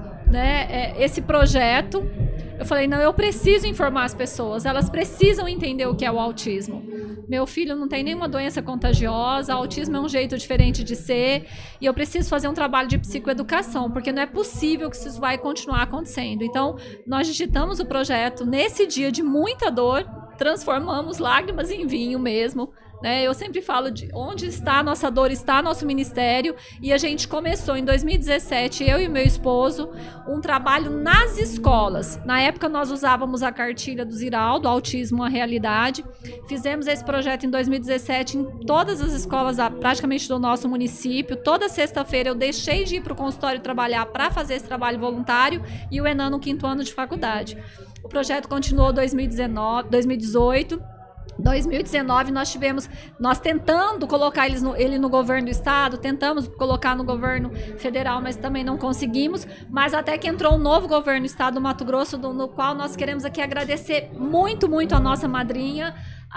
né, esse projeto. Eu falei, não, eu preciso informar as pessoas, elas precisam entender o que é o autismo. Meu filho não tem nenhuma doença contagiosa, autismo é um jeito diferente de ser, e eu preciso fazer um trabalho de psicoeducação, porque não é possível que isso vai continuar acontecendo. Então, nós digitamos o projeto nesse dia de muita dor, transformamos lágrimas em vinho mesmo, né? Eu sempre falo de onde está a nossa dor, está nosso ministério, e a gente começou em dois mil e dezessete, eu e meu esposo, um trabalho nas escolas. Na época nós usávamos a cartilha do Ziraldo, Autismo, a Realidade. Fizemos esse projeto em dois mil e dezessete em todas as escolas praticamente do nosso município. Toda sexta-feira eu deixei de ir para o consultório trabalhar para fazer esse trabalho voluntário, e o Enan no quinto ano de faculdade. O projeto continuou em dois mil e dezenove, dois mil e dezoito. dois mil e dezenove nós tivemos, nós tentando colocar eles no, ele no governo do estado, tentamos colocar no governo federal, mas também não conseguimos, mas até que entrou um novo governo do estado do Mato Grosso, do, no qual nós queremos aqui agradecer muito, muito a nossa madrinha,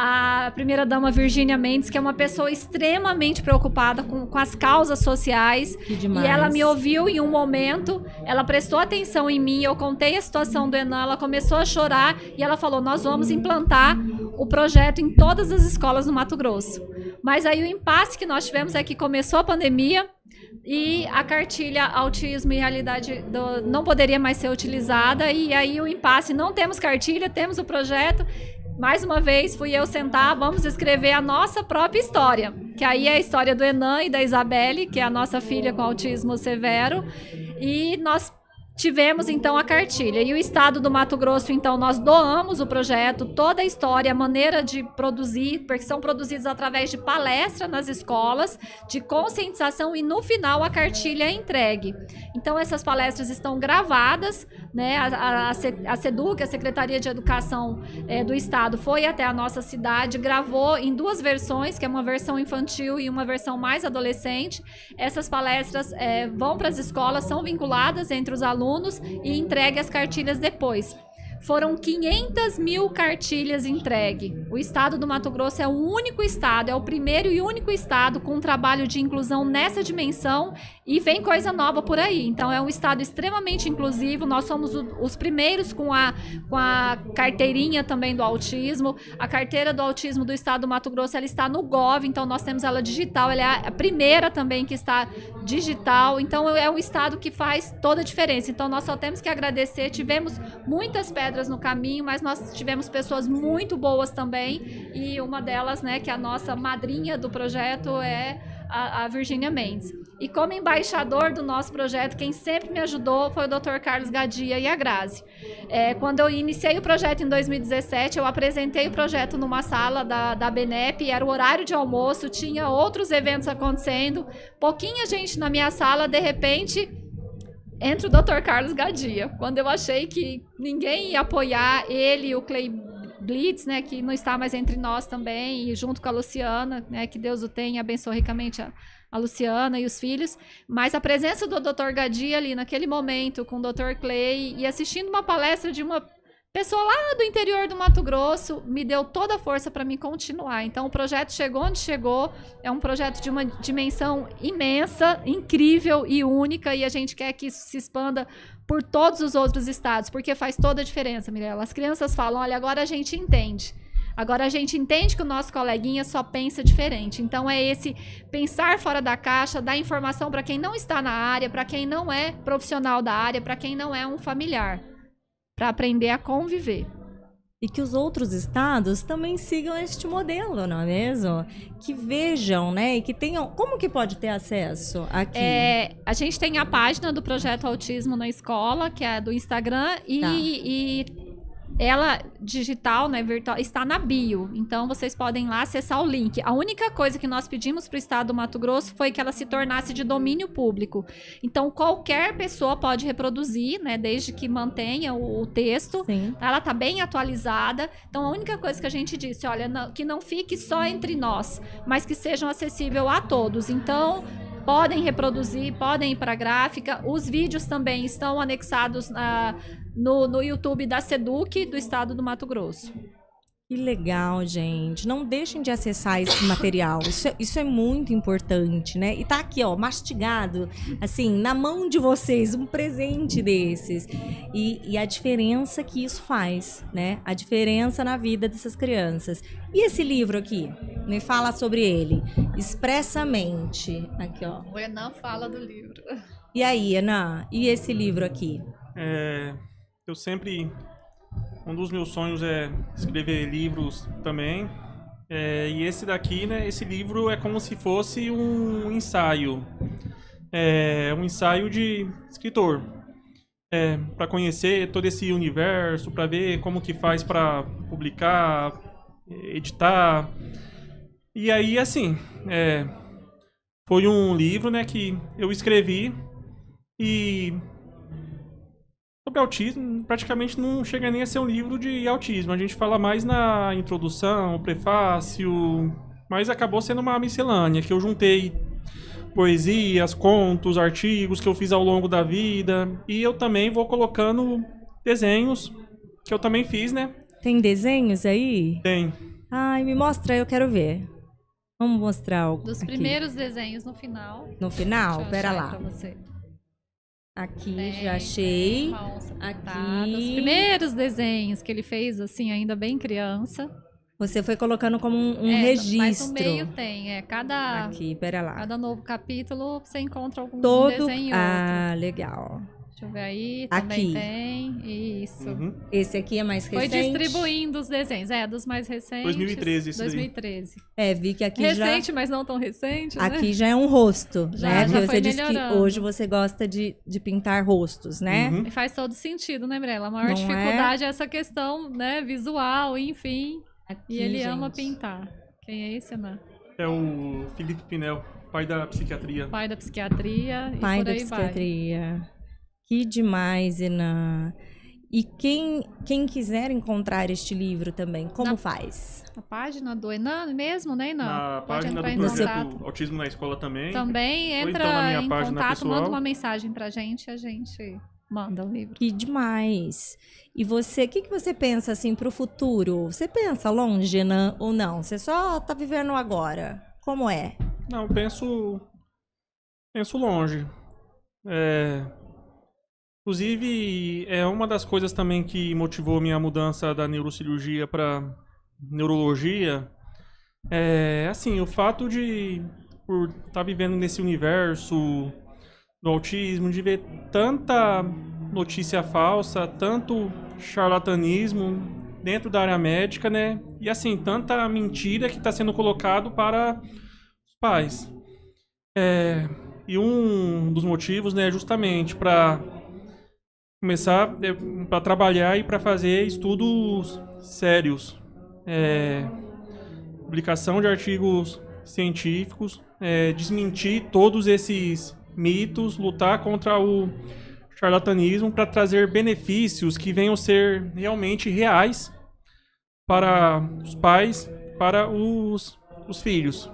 a primeira-dama Virgínia Mendes, que é uma pessoa extremamente preocupada com, com as causas sociais. Que demais. E ela me ouviu em um momento, ela prestou atenção em mim, eu contei a situação do Enan, ela começou a chorar e ela falou, nós vamos implantar o projeto em todas as escolas no Mato Grosso. Mas aí o impasse que nós tivemos é que começou a pandemia e a cartilha Autismo e Realidade do, não poderia mais ser utilizada, e aí o impasse, não temos cartilha, temos o projeto. Mais uma vez, fui eu sentar, vamos escrever a nossa própria história, que aí é a história do Enan e da Isabelle, que é a nossa filha com autismo severo, e nós tivemos, então, a cartilha. E o estado do Mato Grosso, então, nós doamos o projeto, toda a história, a maneira de produzir, porque são produzidos através de palestra nas escolas, de conscientização, e no final a cartilha é entregue. Então, essas palestras estão gravadas, né? A, a, a SEDUC, a Secretaria de Educação é, do Estado, foi até a nossa cidade, gravou em duas versões, que é uma versão infantil e uma versão mais adolescente. Essas palestras é, vão para as escolas, são vinculadas entre os alunos e entregue as cartilhas depois. Foram quinhentas mil cartilhas entregues. O estado do Mato Grosso é o único estado, é o primeiro e único estado com um trabalho de inclusão nessa dimensão, e vem coisa nova por aí. Então é um estado extremamente inclusivo, nós somos o, os primeiros com a, com a carteirinha também do autismo. A carteira do autismo do estado do Mato Grosso, ela está no Gov, então nós temos ela digital, ela é a primeira também que está digital, então é um estado que faz toda a diferença. Então nós só temos que agradecer, tivemos muitas pedras no caminho, mas nós tivemos pessoas muito boas também, e uma delas, né, que é a nossa madrinha do projeto, é a, a Virgínia Mendes. E como embaixador do nosso projeto, quem sempre me ajudou foi o doutor Carlos Gadia e a Grazi. É, quando eu iniciei o projeto em dois mil e dezessete, eu apresentei o projeto numa sala da, da Benep, era o horário de almoço, tinha outros eventos acontecendo, pouquinha gente na minha sala, de repente, entra o doutor Carlos Gadia. Quando eu achei que ninguém ia apoiar ele, o Clay Blitz, né, que não está mais entre nós também, e junto com a Luciana, né, que Deus o tenha e abençoe ricamente a, a Luciana e os filhos, mas a presença do doutor Gadia ali naquele momento com o doutor Clay e assistindo uma palestra de uma pessoa lá do interior do Mato Grosso me deu toda a força para mim continuar. Então o projeto chegou onde chegou, é um projeto de uma dimensão imensa, incrível e única, e a gente quer que isso se expanda por todos os outros estados, porque faz toda a diferença, Mirella. As crianças falam, olha, agora a gente entende. Agora a gente entende que o nosso coleguinha só pensa diferente. Então é esse pensar fora da caixa, dar informação para quem não está na área, para quem não é profissional da área, para quem não é um familiar, para aprender a conviver. E que os outros estados também sigam este modelo, não é mesmo? Que vejam, né? E que tenham... Como que pode ter acesso aqui? É, a gente tem a página do Projeto Autismo na Escola, que é do Instagram, e... Tá. e ela, digital, né, virtual, está na bio. Então, vocês podem lá acessar o link. A única coisa que nós pedimos para o estado do Mato Grosso foi que ela se tornasse de domínio público. Então, qualquer pessoa pode reproduzir, né, desde que mantenha o, o texto. Sim. Ela está bem atualizada. Então, a única coisa que a gente disse, olha, não, que não fique só entre nós, mas que sejam acessível a todos. Então... podem reproduzir, podem ir para a gráfica. Os vídeos também estão anexados uh, no, no YouTube da SEDUC, do estado do Mato Grosso. Que legal, gente. Não deixem de acessar esse material. Isso é, isso é muito importante, né? E tá aqui, ó, mastigado, assim, na mão de vocês, um presente desses. E, e a diferença que isso faz, né? A diferença na vida dessas crianças. E esse livro aqui? Me fala sobre ele. Expressamente. Aqui, ó. O Enan fala do livro. E aí, Enan? E esse livro aqui? É, eu sempre... Um dos meus sonhos é escrever livros também. É, e esse daqui, né? Esse livro é como se fosse um ensaio. É um ensaio de escritor. É, para conhecer todo esse universo, para ver como que faz para publicar, editar. E aí, assim, é, foi um livro, né, que eu escrevi e... sobre autismo, praticamente não chega nem a ser um livro de autismo. A gente fala mais na introdução, prefácio, mas acabou sendo uma miscelânea, que eu juntei poesias, contos, artigos que eu fiz ao longo da vida. E eu também vou colocando desenhos que eu também fiz, né? Tem desenhos aí? Tem. Ai, me mostra, eu quero ver. Vamos mostrar algo Dos aqui. primeiros desenhos no final. No final? Deixa eu Pera achar lá. pra você. Aqui, Tem, já achei. uma onça pintada. Aqui. Os primeiros desenhos que ele fez, assim, ainda bem criança. Você foi colocando como um, um É, registro. Mas no meio tem, é, cada, Aqui, pera lá. cada novo capítulo você encontra algum Todo... desenho Ah, legal. Deixa eu ver aí, Aqui. também tem, isso. Uhum. Esse aqui é mais Foi recente? distribuindo os desenhos, é, dos mais recentes. dois mil e treze esse daí. dois mil e treze. É, vi que aqui Recente, já... mas não tão recente, né? Aqui já é um rosto, Já, né? já Porque foi você disse que melhorando. hoje você gosta de, de pintar rostos, né? Uhum. E faz todo sentido, né, Mirella? A maior Não dificuldade é? é essa questão, né, visual, enfim. Aqui, E ele gente. ama pintar. Quem é esse, Ana? É o Felipe Pinel, pai da psiquiatria. Pai da psiquiatria Pai e por da aí psiquiatria. Que demais, Enan. E quem, quem quiser encontrar este livro também, como Na- faz? vai. A página do Enan mesmo, né, Enan? Na Pode página entrar do em projeto contato. Autismo na Escola também. Também Ou entra então na minha em página contato, pessoal. manda uma mensagem pra gente e a gente manda o livro. Que demais. E você, o que, que você pensa assim para o futuro? Você pensa longe, Enan, ou não? Você só tá vivendo agora? Como é? Não, penso. Penso longe. É, inclusive, é uma das coisas também que motivou minha mudança da neurocirurgia para neurologia. É assim, o fato de, por estar vivendo nesse universo do autismo, de ver tanta notícia falsa, tanto charlatanismo dentro da área médica, né? E assim, tanta mentira que está sendo colocado para os pais. É, E um dos motivos, né, é justamente para começar é, para trabalhar e para fazer estudos sérios. É, publicação de artigos científicos, é, desmentir todos esses mitos, lutar contra o charlatanismo para trazer benefícios que venham ser realmente reais para os pais, para os, os filhos.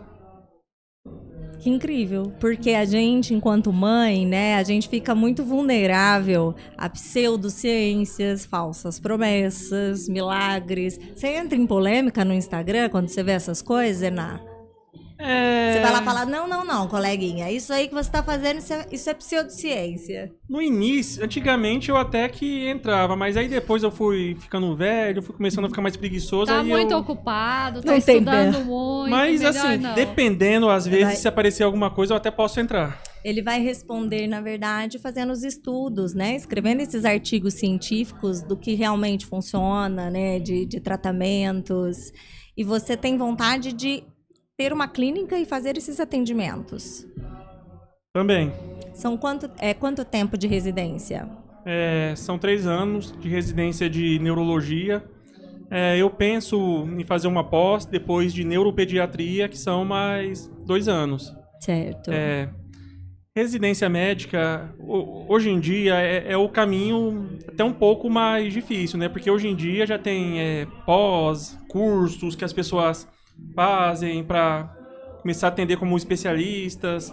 Que incrível, porque a gente, enquanto mãe, né, a gente fica muito vulnerável a pseudociências, falsas promessas, milagres. Você entra em polêmica no Instagram quando você vê essas coisas, Ená? É... Você vai lá falar, não, não, não, coleguinha, isso aí que você tá fazendo, isso é, isso é pseudociência. No início, antigamente eu até que entrava, mas aí depois eu fui ficando velho, fui começando a ficar mais preguiçoso. Tá aí muito eu... ocupado, tá Não tem estudando ideia. muito. Mas melhor assim, não. dependendo, às vezes, Vai- se aparecer alguma coisa, eu até posso entrar. Ele vai responder, na verdade, fazendo os estudos, né? Escrevendo esses artigos científicos do que realmente funciona, né? De, de tratamentos. E você tem vontade de ter uma clínica e fazer esses atendimentos. Também. São quanto, é, quanto tempo de residência? É, são três anos de residência de neurologia. É, eu penso em fazer uma pós depois de neuropediatria, que são mais dois anos. Certo. É, residência médica, ho- hoje em dia, é, é o caminho até um pouco mais difícil, né? Porque hoje em dia já tem é, pós, cursos que as pessoas fazem para começar a atender como especialistas.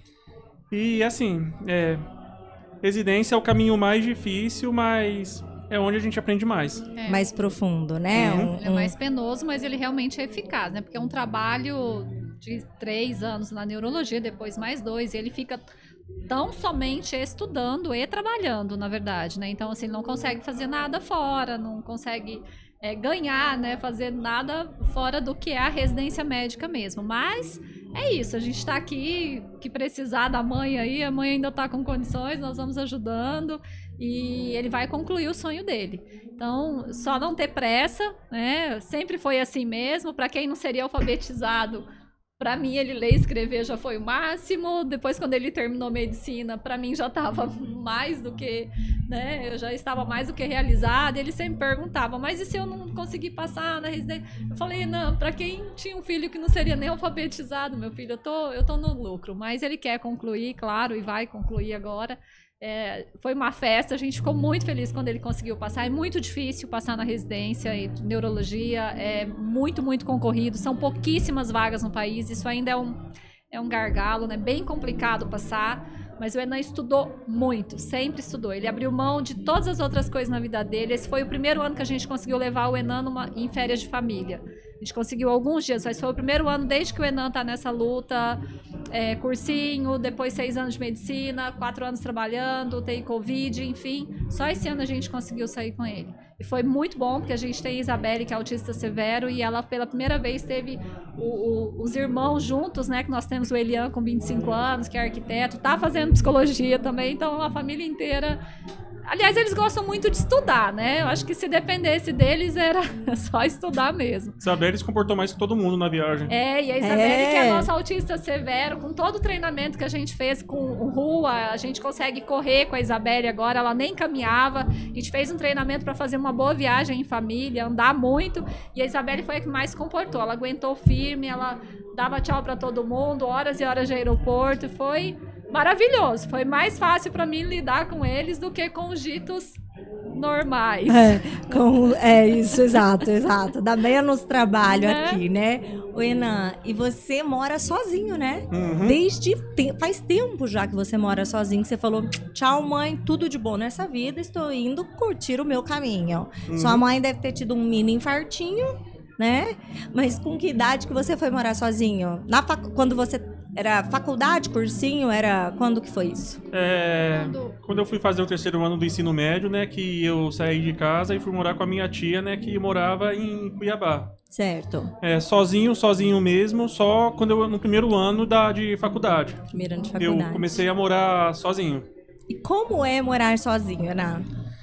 E, assim, é, residência é o caminho mais difícil, mas é onde a gente aprende mais. É. Mais profundo, né? Uhum. Um- Ele é mais penoso, mas ele realmente é eficaz, né? Porque é um trabalho de três anos na neurologia, depois mais dois, e ele fica tão somente estudando e trabalhando, na verdade, né? Então, assim, ele não consegue fazer nada fora, não consegue é, ganhar, né? Fazer nada fora do que é a residência médica mesmo. Mas é isso, a gente está aqui, que precisar da mãe aí, a mãe ainda está com condições, nós vamos ajudando e ele vai concluir o sonho dele. Então, só não ter pressa, né? Sempre foi assim mesmo. Para quem não seria alfabetizado, para mim ele ler e escrever já foi o máximo. Depois, quando ele terminou medicina, para mim já estava mais do que, né? Eu já estava mais do que realizada. Ele sempre perguntava, mas e se eu não conseguir passar na residência? Eu falei, não, para quem tinha um filho que não seria nem alfabetizado, meu filho, eu tô, eu tô no lucro. Mas ele quer concluir, claro, e vai concluir agora. É, foi uma festa, a gente ficou muito feliz quando ele conseguiu passar. É muito difícil passar na residência e neurologia, é muito, muito concorrido. São pouquíssimas vagas no país, isso ainda é um, é um gargalo, né? Bem complicado passar. Mas o Enan estudou muito, sempre estudou. Ele abriu mão de todas as outras coisas na vida dele. Esse foi o primeiro ano que a gente conseguiu levar o Enan numa, em férias de família. A gente conseguiu alguns dias, mas foi o primeiro ano desde que o Enan tá nessa luta. É, cursinho, depois seis anos de medicina, quatro anos trabalhando, T I Covid, enfim. Só esse ano a gente conseguiu sair com ele. E foi muito bom, porque a gente tem a Isabelle, que é autista severo, e ela pela primeira vez teve o, o, os irmãos juntos, né? Que nós temos o Elian com vinte e cinco anos, que é arquiteto, tá fazendo psicologia também, então a família inteira. Aliás, eles gostam muito de estudar, né? Eu acho que se dependesse deles, era só estudar mesmo. Isabelle se comportou mais que todo mundo na viagem. É, e a Isabelle, É. que é a nossa autista severo, com todo o treinamento que a gente fez com o rua, a gente consegue correr com a Isabelle agora, ela nem caminhava, a gente fez um treinamento para fazer uma boa viagem em família, andar muito, e a Isabelle foi a que mais se comportou, ela aguentou firme, ela dava tchau para todo mundo, horas e horas de aeroporto, foi maravilhoso, foi mais fácil para mim lidar com eles do que com os ditos normais. É, com, é isso, exato, exato. Dá menos trabalho Né? aqui, né? O Enan, e você mora sozinho, né? Uhum. Desde te- faz tempo já que você mora sozinho. Você falou, tchau, mãe, tudo de bom nessa vida. Estou indo curtir o meu caminho. Uhum. Sua mãe deve ter tido um mini infartinho, né? Mas com que idade que você foi morar sozinho? Na fac... Quando você era faculdade, cursinho, era quando que foi isso? É, Quando- quando eu fui fazer o terceiro ano do ensino médio, né, que eu saí de casa e fui morar com a minha tia, né, que morava em Cuiabá. Certo. É, sozinho, sozinho mesmo, só quando eu, no primeiro ano da, de faculdade. Primeiro ano de Eu faculdade. comecei a morar sozinho. E como é morar sozinho, Enan?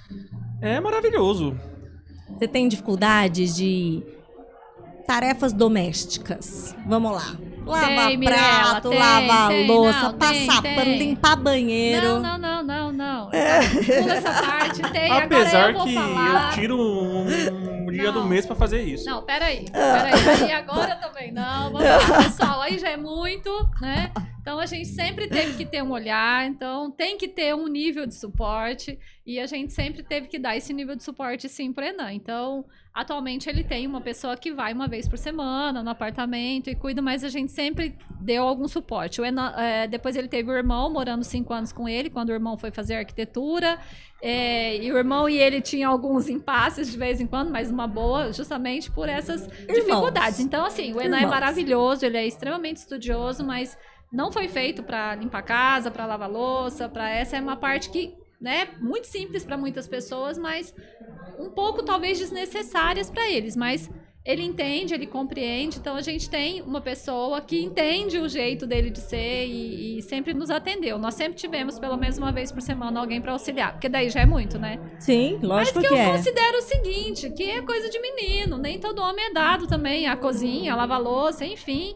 É maravilhoso. Você tem dificuldades de tarefas domésticas? Vamos lá. Lavar tem, Mirella, prato, tem, lavar tem, louça, não, passar tem, pano, tem. limpar banheiro. Não, não, não, não, não. Essa, pula essa parte, tem. Apesar Agora eu vou que falar. eu tiro um, um dia Não. do mês pra fazer isso. Não, peraí, peraí. E agora também não. Vamos lá, pessoal, aí já é muito, né? Então a gente sempre teve que ter um olhar, então tem que ter um nível de suporte e a gente sempre teve que dar esse nível de suporte sim pro Enan. Então, atualmente ele tem uma pessoa que vai uma vez por semana no apartamento e cuida, mas a gente sempre deu algum suporte. O Enan, é, depois ele teve o irmão morando cinco anos com ele, quando o irmão foi fazer arquitetura. É, e o irmão e ele tinham alguns impasses de vez em quando, mas uma boa, justamente por essas Irmãos. dificuldades. Então, assim, o Enan é Irmãos. maravilhoso, ele é extremamente estudioso, mas não foi feito para limpar a casa, para lavar louça, para essa é uma parte que, né, muito simples para muitas pessoas, mas um pouco talvez desnecessárias para eles, mas ele entende, ele compreende, então a gente tem uma pessoa que entende o jeito dele de ser e, e sempre nos atendeu. Nós sempre tivemos pelo menos uma vez por semana alguém para auxiliar, porque daí já é muito, né? Sim, lógico Mas que, que eu é. considero o seguinte, que é coisa de menino, nem todo homem é dado também a cozinha, a lavar louça, enfim.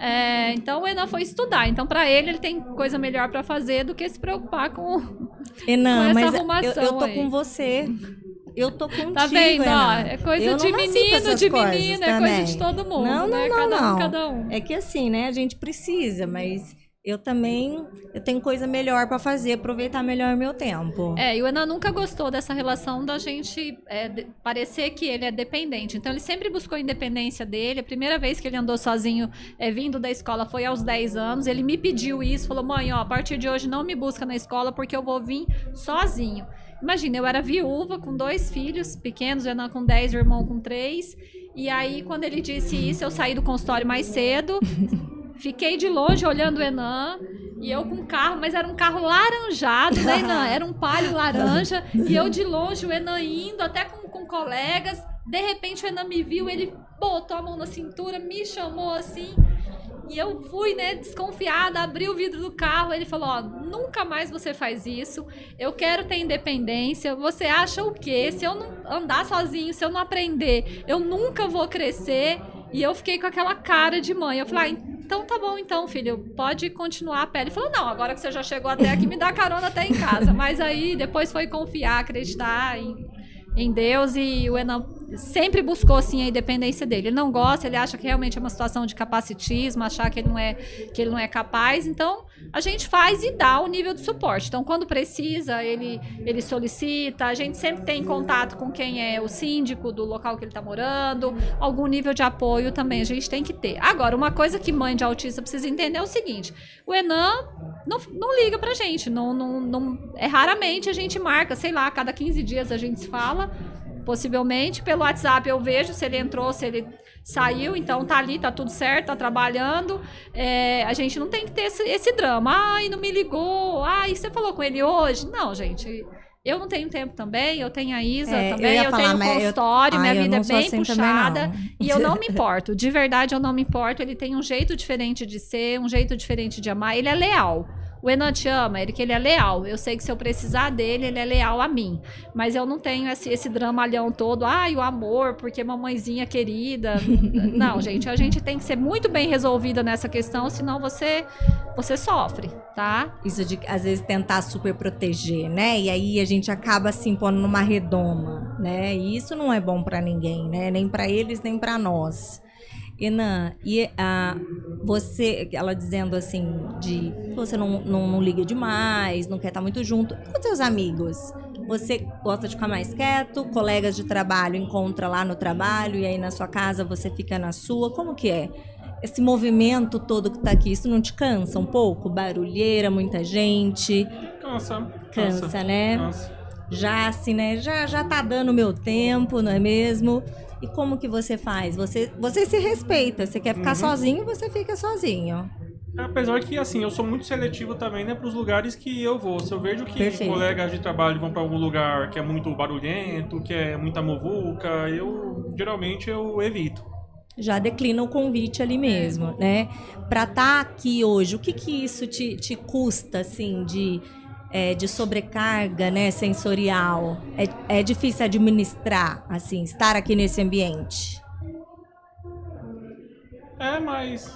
É, então o Enan foi estudar, então para ele ele tem coisa melhor para fazer do que se preocupar com, Enan, com essa mas arrumação eu, eu tô aí. com você. Eu tô contigo, Tá vendo? Ó, Enan. é coisa Eu de não nasci pra menino, essas de coisas menina, é também. coisa de todo mundo, Não, não, né? não, cada não. um, cada um. É que assim, né? A gente precisa, mas eu também eu tenho coisa melhor pra fazer, aproveitar melhor meu tempo. É, e o Enan nunca gostou dessa relação da gente é, de- parecer que ele é dependente. Então, ele sempre buscou a independência dele. A primeira vez que ele andou sozinho, é, vindo da escola, foi aos dez anos. Ele me pediu isso, falou, mãe, ó, a partir de hoje não me busca na escola porque eu vou vir sozinho. Imagina, eu era viúva com dois filhos pequenos, o Enan com dez, o irmão com três. E aí, quando ele disse isso, eu saí do consultório mais cedo. Fiquei de longe olhando o Enan e eu com um carro, mas era um carro laranjado, né, Enan? Era um Palio laranja e eu de longe, o Enan indo até com, com colegas. De repente o Enan me viu, ele botou a mão na cintura, me chamou assim e eu fui, né, desconfiada, abri o vidro do carro. Ele falou, ó, nunca mais você faz isso, eu quero ter independência, você acha o quê? Se eu não andar sozinho, se eu não aprender, eu nunca vou crescer. E eu fiquei com aquela cara de mãe. Eu falei, ah, então tá bom então, filho, pode continuar a pé. Ele falou, não, agora que você já chegou até aqui, me dá carona até em casa. Mas aí depois foi confiar, acreditar em, em Deus, e o Enan sempre buscou assim a independência dele. Ele não gosta, ele acha que realmente é uma situação de capacitismo, achar que ele não é, que ele não é capaz. Então a gente faz e dá o nível de suporte. Então quando precisa, ele, ele solicita. A gente sempre tem contato com quem é o síndico do local que ele está morando. Algum nível de apoio também a gente tem que ter. Agora, uma coisa que mãe de autista precisa entender é o seguinte: o Enan não, não liga pra gente, não, não, não, é raramente a gente marca, sei lá, a cada quinze dias a gente se fala. Possivelmente, pelo WhatsApp eu vejo se ele entrou, se ele saiu, então tá ali, tá tudo certo, tá trabalhando. É, a gente não tem que ter esse, esse drama. Ai, não me ligou. Ai, você falou com ele hoje? Não, gente. Eu não tenho tempo também, eu tenho a Isa É, eu também, ia eu, falar, tenho mas eu- consultório, Ai, minha eu vida é não sou bem assim também, puxada não. e eu não me importo. De verdade, eu não me importo. Ele tem um jeito diferente de ser, um jeito diferente de amar. Ele é leal. O Enan te ama, ele que ele é leal. Eu sei que se eu precisar dele, ele é leal a mim. Mas eu não tenho esse, esse dramalhão todo. Ai, o amor, porque mamãezinha querida. Não, gente, a gente tem que ser muito bem resolvida nessa questão, senão você, você sofre, tá? Isso de, às vezes, tentar super proteger, né? E aí a gente acaba se impondo numa redoma, né? E isso não é bom pra ninguém, né? Nem pra eles, nem pra nós. Enan, e ah, você, ela dizendo assim, de que você não, não, não liga demais, não quer estar muito junto. E com seus amigos? Você gosta de ficar mais quieto? Colegas de trabalho encontra lá no trabalho e aí na sua casa você fica na sua? Como que é? Esse movimento todo que tá aqui, isso não te cansa um pouco? Barulheira, muita gente. Cansa. Cansa, né? Cansa. Já assim, né? Já, já tá dando o meu tempo, não é mesmo? E como que você faz? Você, você se respeita. Você quer ficar Uhum. sozinho, você fica sozinho. Apesar que, assim, eu sou muito seletivo também, né, pros lugares que eu vou. Se eu vejo que Perfeito. colegas de trabalho vão pra algum lugar que é muito barulhento, que é muita muvuca, eu, geralmente, eu evito. Já declina o convite ali mesmo, né? Pra estar aqui hoje, o que que isso te, te custa, assim, de, é, de sobrecarga, né, sensorial? É, é difícil administrar, assim, estar aqui nesse ambiente? É, mas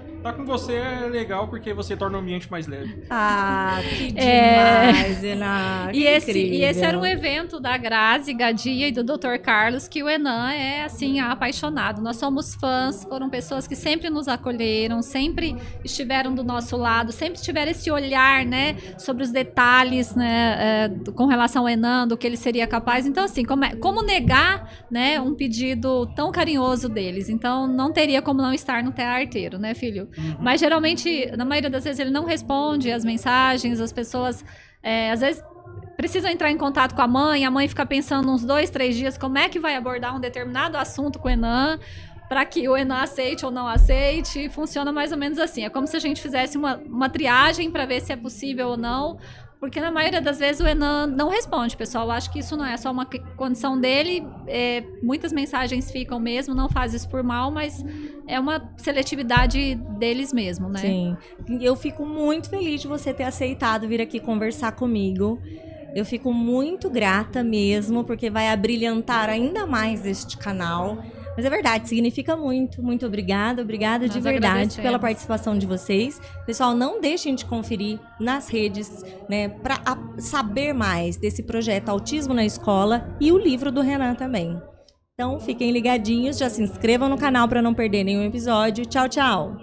Tá com você é legal porque você torna o ambiente mais leve. Ah, que É. demais, Enan. E esse, e esse era um evento da Grazi, Gadia e do doutor Carlos, que o Enan é, assim, apaixonado. Nós somos fãs, foram pessoas que sempre nos acolheram, sempre estiveram do nosso lado, sempre tiveram esse olhar, né, sobre os detalhes, né, é, com relação ao Enan, do que ele seria capaz. Então, assim, como, é, como negar, né, um pedido tão carinhoso deles? Então, não teria como não estar no T A Arteiro, né, filho? Uhum. Mas, geralmente, na maioria das vezes, ele não responde as mensagens, as pessoas, é, às vezes, precisam entrar em contato com a mãe, a mãe fica pensando uns dois, três dias como é que vai abordar um determinado assunto com o Enan, para que o Enan aceite ou não aceite. Funciona mais ou menos assim. É como se a gente fizesse uma, uma triagem para ver se é possível ou não, porque na maioria das vezes o Enan não responde, pessoal. Eu acho que isso não é só uma condição dele, é, muitas mensagens ficam mesmo, não faz isso por mal, mas é uma seletividade deles mesmo, né? Sim. Eu fico muito feliz de você ter aceitado vir aqui conversar comigo. Eu fico muito grata mesmo, porque vai abrilhantar ainda mais este canal. Mas é verdade, significa muito. Muito obrigada, obrigada de Nós verdade agradecemos. pela participação de vocês. Pessoal, não deixem de conferir nas redes, né, para saber mais desse projeto Autismo na Escola e o livro do Renan também. Então, fiquem ligadinhos, já se inscrevam no canal para não perder nenhum episódio. Tchau, tchau!